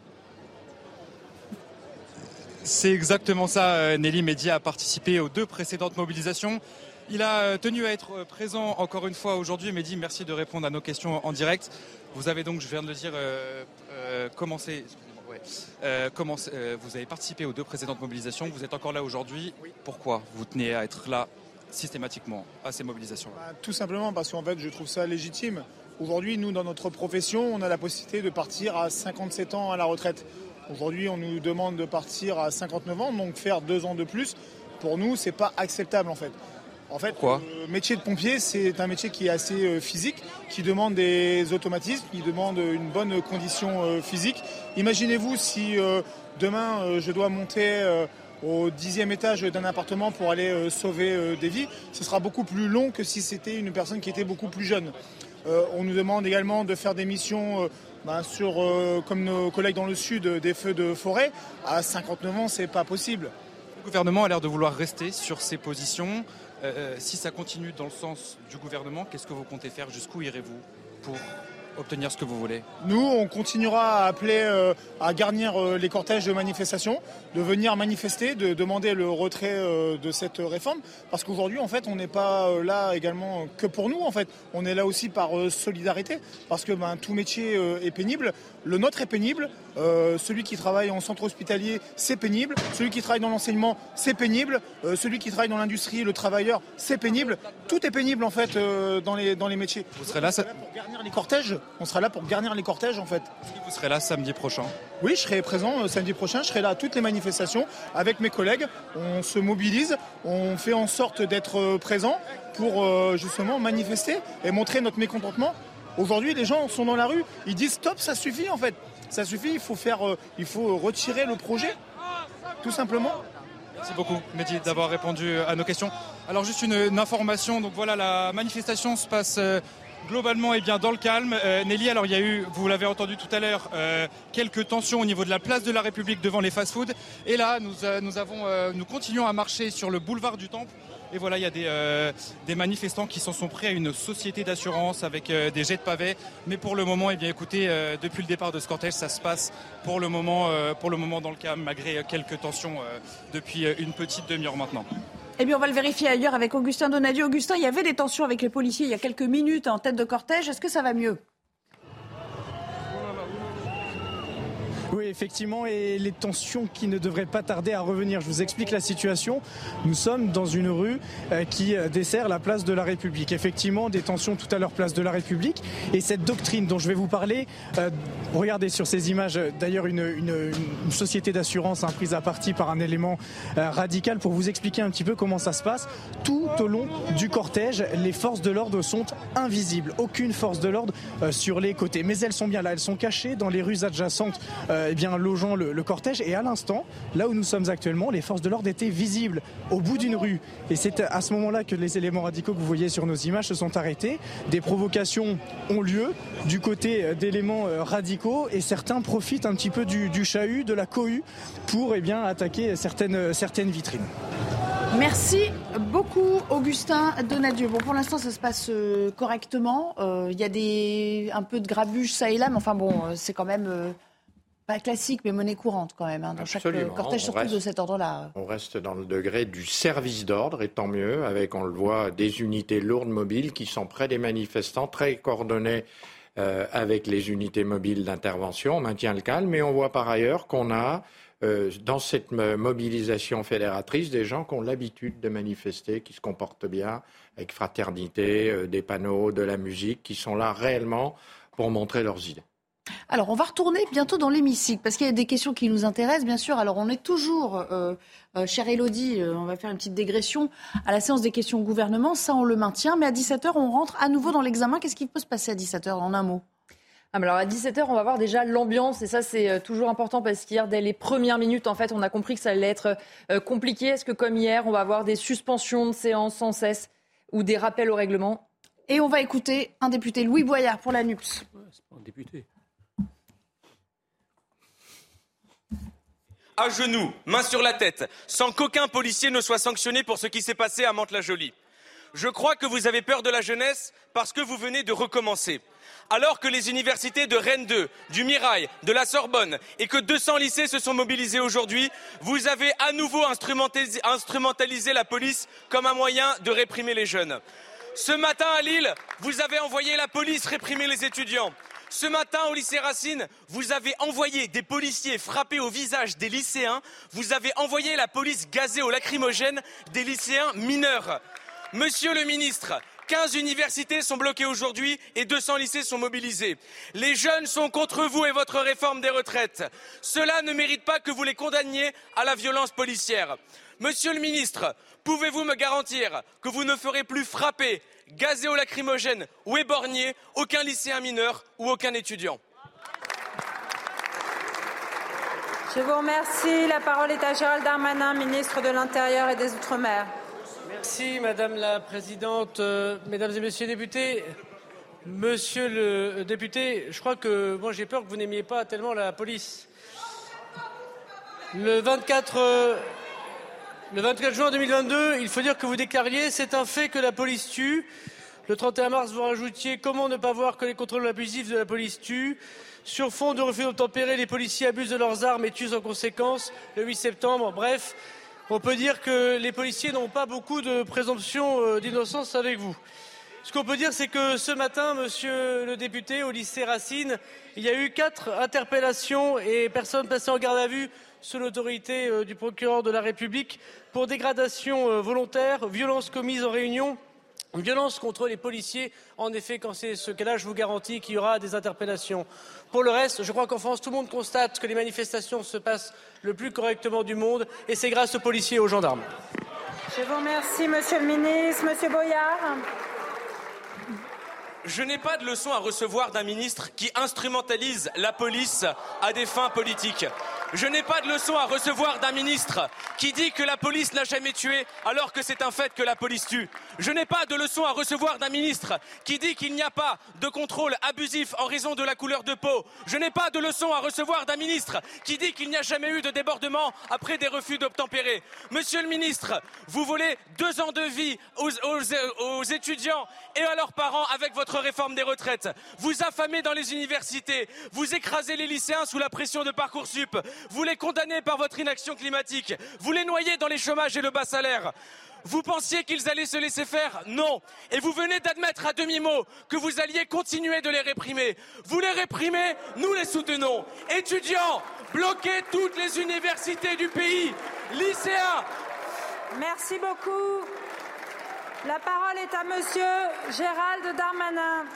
C'est exactement ça, Nelly Mehdi a participé aux deux précédentes mobilisations. Il a tenu à être présent encore une fois aujourd'hui. Mehdi, merci de répondre à nos questions en direct. Vous avez donc, je viens de le dire, euh, euh, commencé, ouais, euh, commencé euh, vous avez participé aux deux précédentes mobilisations. Vous êtes encore là aujourd'hui. Oui. Pourquoi vous tenez à être là systématiquement à ces mobilisations ? Bah, tout simplement parce qu'en fait, je trouve ça légitime. Aujourd'hui, nous, dans notre profession, on a la possibilité de partir à cinquante-sept ans à la retraite. Aujourd'hui, on nous demande de partir à cinquante-neuf ans, donc faire deux ans de plus. Pour nous, c'est pas acceptable en fait. En fait, Pourquoi ? le métier de pompier, c'est un métier qui est assez physique, qui demande des automatismes, qui demande une bonne condition physique. Imaginez-vous si euh, demain, euh, je dois monter euh, au dixième étage d'un appartement pour aller euh, sauver euh, des vies. Ce sera beaucoup plus long que si c'était une personne qui était beaucoup plus jeune. Euh, on nous demande également de faire des missions euh, ben, sur, euh, comme nos collègues dans le sud, des feux de forêt. À cinquante-neuf ans, c'est pas possible. Le gouvernement a l'air de vouloir rester sur ses positions. Euh, si ça continue dans le sens du gouvernement, qu'est-ce que vous comptez faire ? Jusqu'où irez-vous pour obtenir ce que vous voulez ? Nous, on continuera à appeler euh, à garnir euh, les cortèges de manifestation, de venir manifester, de demander le retrait euh, de cette réforme. Parce qu'aujourd'hui, en fait, on n'est pas euh, là également que pour nous. En fait, on est là aussi par euh, solidarité. Parce que ben, tout métier euh, est pénible. Le nôtre est pénible. Euh, celui qui travaille en centre hospitalier, c'est pénible. Celui qui travaille dans l'enseignement, c'est pénible. Euh, celui qui travaille dans l'industrie, le travailleur, c'est pénible. Tout est pénible en fait euh, dans les dans les métiers. Vous serez là, ça... pour garnir les cortèges On sera là pour garnir les cortèges, en fait. Vous serez là samedi prochain? Oui, je serai présent euh, samedi prochain. Je serai là à toutes les manifestations avec mes collègues. On se mobilise, on fait en sorte d'être euh, présent pour euh, justement manifester et montrer notre mécontentement. Aujourd'hui, les gens sont dans la rue. Ils disent stop, ça suffit en fait. Ça suffit, il faut, faire, euh, il faut retirer le projet, tout simplement. Merci beaucoup, Mehdi, d'avoir répondu à nos questions. Alors juste une, une information, donc voilà, la manifestation se passe euh, globalement eh bien, dans le calme. Euh, Nelly, alors il y a eu, vous l'avez entendu tout à l'heure, euh, quelques tensions au niveau de la place de la République devant les fast-foods. Et là, nous, euh, nous, avons, euh, nous continuons à marcher sur le boulevard du Temple. Et voilà, il y a des, euh, des manifestants qui s'en sont pris à une société d'assurance avec euh, des jets de pavés. Mais pour le moment, eh bien, écoutez, euh, depuis le départ de ce cortège, ça se passe pour le moment, euh, pour le moment dans le calme, malgré quelques tensions euh, depuis une petite demi-heure maintenant. Eh bien, on va le vérifier ailleurs avec Augustin Donadieu. Augustin, il y avait des tensions avec les policiers il y a quelques minutes en tête de cortège. Est-ce que ça va mieux ? Oui, effectivement, et les tensions qui ne devraient pas tarder à revenir. Je vous explique la situation. Nous sommes dans une rue euh, qui dessert la place de la République. Effectivement, des tensions tout à l'heure, place de la République. Et cette doctrine dont je vais vous parler, euh, regardez sur ces images, d'ailleurs, une, une, une société d'assurance hein, prise à partie par un élément euh, radical pour vous expliquer un petit peu comment ça se passe. Tout au long du cortège, les forces de l'ordre sont invisibles. Aucune force de l'ordre euh, sur les côtés. Mais elles sont bien là, elles sont cachées dans les rues adjacentes. Euh, Eh bien, logeant le, le cortège. Et à l'instant, là où nous sommes actuellement, les forces de l'ordre étaient visibles au bout d'une rue. Et c'est à ce moment-là que les éléments radicaux que vous voyez sur nos images se sont arrêtés. Des provocations ont lieu du côté d'éléments radicaux et certains profitent un petit peu du, du chahut, de la cohue pour eh bien, attaquer certaines, certaines vitrines. Merci beaucoup, Augustin Donadieu. Bon, pour l'instant, ça se passe euh, correctement. Il euh, y a des, un peu de grabuge ça et là, mais enfin bon, euh, c'est quand même... Euh, Pas classique, mais monnaie courante quand même, hein, dans Absolument. chaque cortège, surtout reste, de cet ordre-là. On reste dans le degré du service d'ordre, et tant mieux, avec, on le voit, des unités lourdes mobiles qui sont près des manifestants, très coordonnées euh, avec les unités mobiles d'intervention. On maintient le calme, mais on voit par ailleurs qu'on a, euh, dans cette mobilisation fédératrice, des gens qui ont l'habitude de manifester, qui se comportent bien, avec fraternité, euh, des panneaux, de la musique, qui sont là réellement pour montrer leurs idées. Alors, on va retourner bientôt dans l'hémicycle, parce qu'il y a des questions qui nous intéressent, bien sûr. Alors, on est toujours, euh, euh, chère Élodie, euh, on va faire une petite dégression à la séance des questions au gouvernement. Ça, on le maintient. Mais à dix-sept heures, on rentre à nouveau dans l'examen. Qu'est-ce qui peut se passer à dix-sept heures, en un mot ? Ah, alors, à dix-sept heures, on va voir déjà l'ambiance. Et ça, c'est toujours important, parce qu'hier, dès les premières minutes, en fait, on a compris que ça allait être euh, compliqué. Est-ce que, comme hier, on va avoir des suspensions de séance sans cesse ou des rappels au règlement ? Et on va écouter un député, Louis Boyard, pour la N U P S. Ouais, c'est pas un député. À genoux, main sur la tête, sans qu'aucun policier ne soit sanctionné pour ce qui s'est passé à Mantes-la-Jolie. Je crois que vous avez peur de la jeunesse parce que vous venez de recommencer. Alors que les universités de Rennes deux, du Mirail, de la Sorbonne et que deux cents lycées se sont mobilisés aujourd'hui, vous avez à nouveau instrumentalisé, instrumentalisé la police comme un moyen de réprimer les jeunes. Ce matin à Lille, vous avez envoyé la police réprimer les étudiants. Ce matin, au lycée Racine, vous avez envoyé des policiers frapper au visage des lycéens. Vous avez envoyé la police gazer au lacrymogène des lycéens mineurs. Monsieur le ministre, quinze universités sont bloquées aujourd'hui et deux cents lycées sont mobilisés. Les jeunes sont contre vous et votre réforme des retraites. Cela ne mérite pas que vous les condamniez à la violence policière. Monsieur le ministre, pouvez-vous me garantir que vous ne ferez plus frapper, gazer au lacrymogène ou éborgner aucun lycéen mineur ou aucun étudiant? Je vous remercie. La parole est à Gérald Darmanin, ministre de l'Intérieur et des Outre-mer. Merci Madame la Présidente, euh, Mesdames et Messieurs les députés. Monsieur le député, je crois que moi j'ai peur que vous n'aimiez pas tellement la police. Le vingt-quatre, euh, le vingt-quatre juin deux mille vingt-deux, il faut dire que vous déclariez « C'est un fait que la police tue ». Le trente et un mars, vous rajoutiez « Comment ne pas voir que les contrôles abusifs de la police tuent ?» Sur fond de refus d'obtempérer, les policiers abusent de leurs armes et tuent en conséquence. Le huit septembre, bref, on peut dire que les policiers n'ont pas beaucoup de présomption d'innocence avec vous. Ce qu'on peut dire, c'est que ce matin, monsieur le député, au lycée Racine, il y a eu quatre interpellations et personnes placées en garde à vue sous l'autorité du procureur de la République pour dégradation volontaire, violences commises en réunion violence contre les policiers. En effet, quand c'est ce cas-là, je vous garantis qu'il y aura des interpellations. Pour le reste, je crois qu'en France, tout le monde constate que les manifestations se passent le plus correctement du monde, et c'est grâce aux policiers et aux gendarmes. Je vous remercie, Monsieur le Ministre. Monsieur Boyard. Je n'ai pas de leçon à recevoir d'un ministre qui instrumentalise la police à des fins politiques. Je n'ai pas de leçon à recevoir d'un ministre qui dit que la police n'a jamais tué alors que c'est un fait que la police tue. Je n'ai pas de leçon à recevoir d'un ministre qui dit qu'il n'y a pas de contrôle abusif en raison de la couleur de peau. Je n'ai pas de leçon à recevoir d'un ministre qui dit qu'il n'y a jamais eu de débordement après des refus d'obtempérer. Monsieur le ministre, vous volez deux ans de vie aux, aux, aux étudiants et à leurs parents avec votre réforme des retraites. Vous affamez dans les universités, vous écrasez les lycéens sous la pression de Parcoursup. Vous les condamnez par votre inaction climatique. Vous les noyez dans les chômages et le bas salaire. Vous pensiez qu'ils allaient se laisser faire? Non. Et vous venez d'admettre à demi-mot que vous alliez continuer de les réprimer. Vous les réprimez, nous les soutenons. Étudiants, bloquez toutes les universités du pays. Lycéens. Merci beaucoup. La parole est à Monsieur Gérald Darmanin.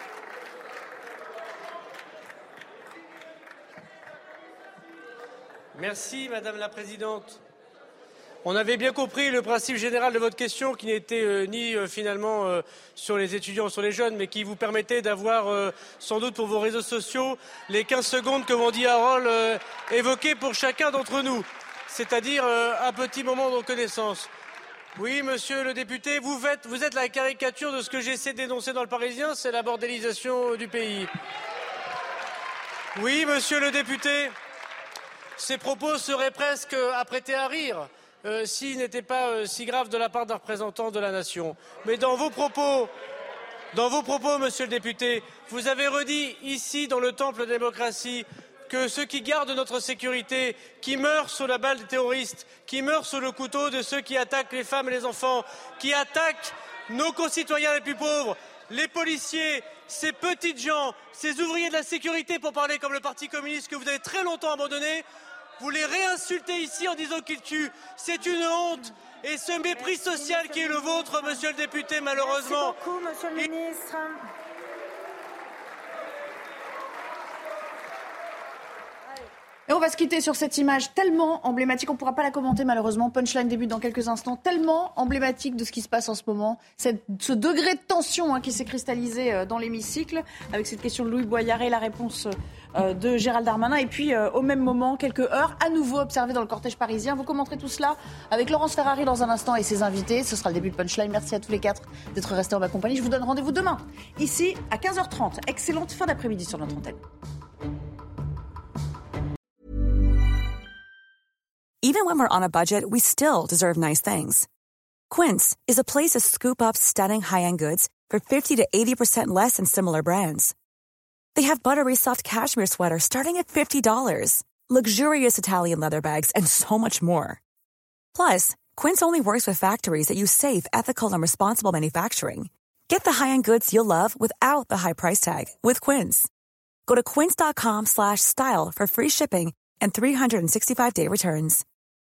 Merci, Madame la Présidente. On avait bien compris le principe général de votre question, qui n'était euh, ni euh, finalement euh, sur les étudiants ou sur les jeunes, mais qui vous permettait d'avoir, euh, sans doute pour vos réseaux sociaux, les quinze secondes que m'ont dit Harold euh, évoquées pour chacun d'entre nous, c'est-à-dire euh, un petit moment de reconnaissance. Oui, monsieur le député, vous, faites, vous êtes la caricature de ce que j'essaie de dénoncer dans le Parisien, c'est la bordélisation du pays. Oui, monsieur le député, ces propos seraient presque apprêtés à rire euh, s'ils n'étaient pas euh, si graves de la part d'un représentant de la nation. Mais dans vos propos, dans vos propos, monsieur le député, vous avez redit ici, dans le temple de la démocratie, que ceux qui gardent notre sécurité, qui meurent sous la balle des terroristes, qui meurent sous le couteau de ceux qui attaquent les femmes et les enfants, qui attaquent nos concitoyens les plus pauvres, les policiers, ces petites gens, ces ouvriers de la sécurité, pour parler comme le Parti communiste que vous avez très longtemps abandonné, vous les réinsultez ici en disant qu'ils tuent. C'est une honte. Et ce mépris social qui est le vôtre, monsieur le député, malheureusement. Merci beaucoup, monsieur le ministre. Et on va se quitter sur cette image tellement emblématique, on ne pourra pas la commenter malheureusement, Punchline débute dans quelques instants, tellement emblématique de ce qui se passe en ce moment, cette, ce degré de tension hein, qui s'est cristallisé dans l'hémicycle, avec cette question de Louis Boyaré, la réponse euh, de Gérald Darmanin, et puis euh, au même moment, quelques heures à nouveau observées dans le cortège parisien. Vous commenterez tout cela avec Laurence Ferrari dans un instant et ses invités, ce sera le début de Punchline. Merci à tous les quatre d'être restés en ma compagnie, je vous donne rendez-vous demain, ici à quinze heures trente. Excellente fin d'après-midi sur notre antenne. Even when we're on a budget, we still deserve nice things. Quince is a place to scoop up stunning high-end goods for fifty to eighty percent less than similar brands. They have buttery soft cashmere sweaters starting at fifty dollars, luxurious Italian leather bags, and so much more. Plus, Quince only works with factories that use safe, ethical, and responsible manufacturing. Get the high-end goods you'll love without the high price tag with Quince. Go to quince.com slash style for free shipping and three sixty-five day returns.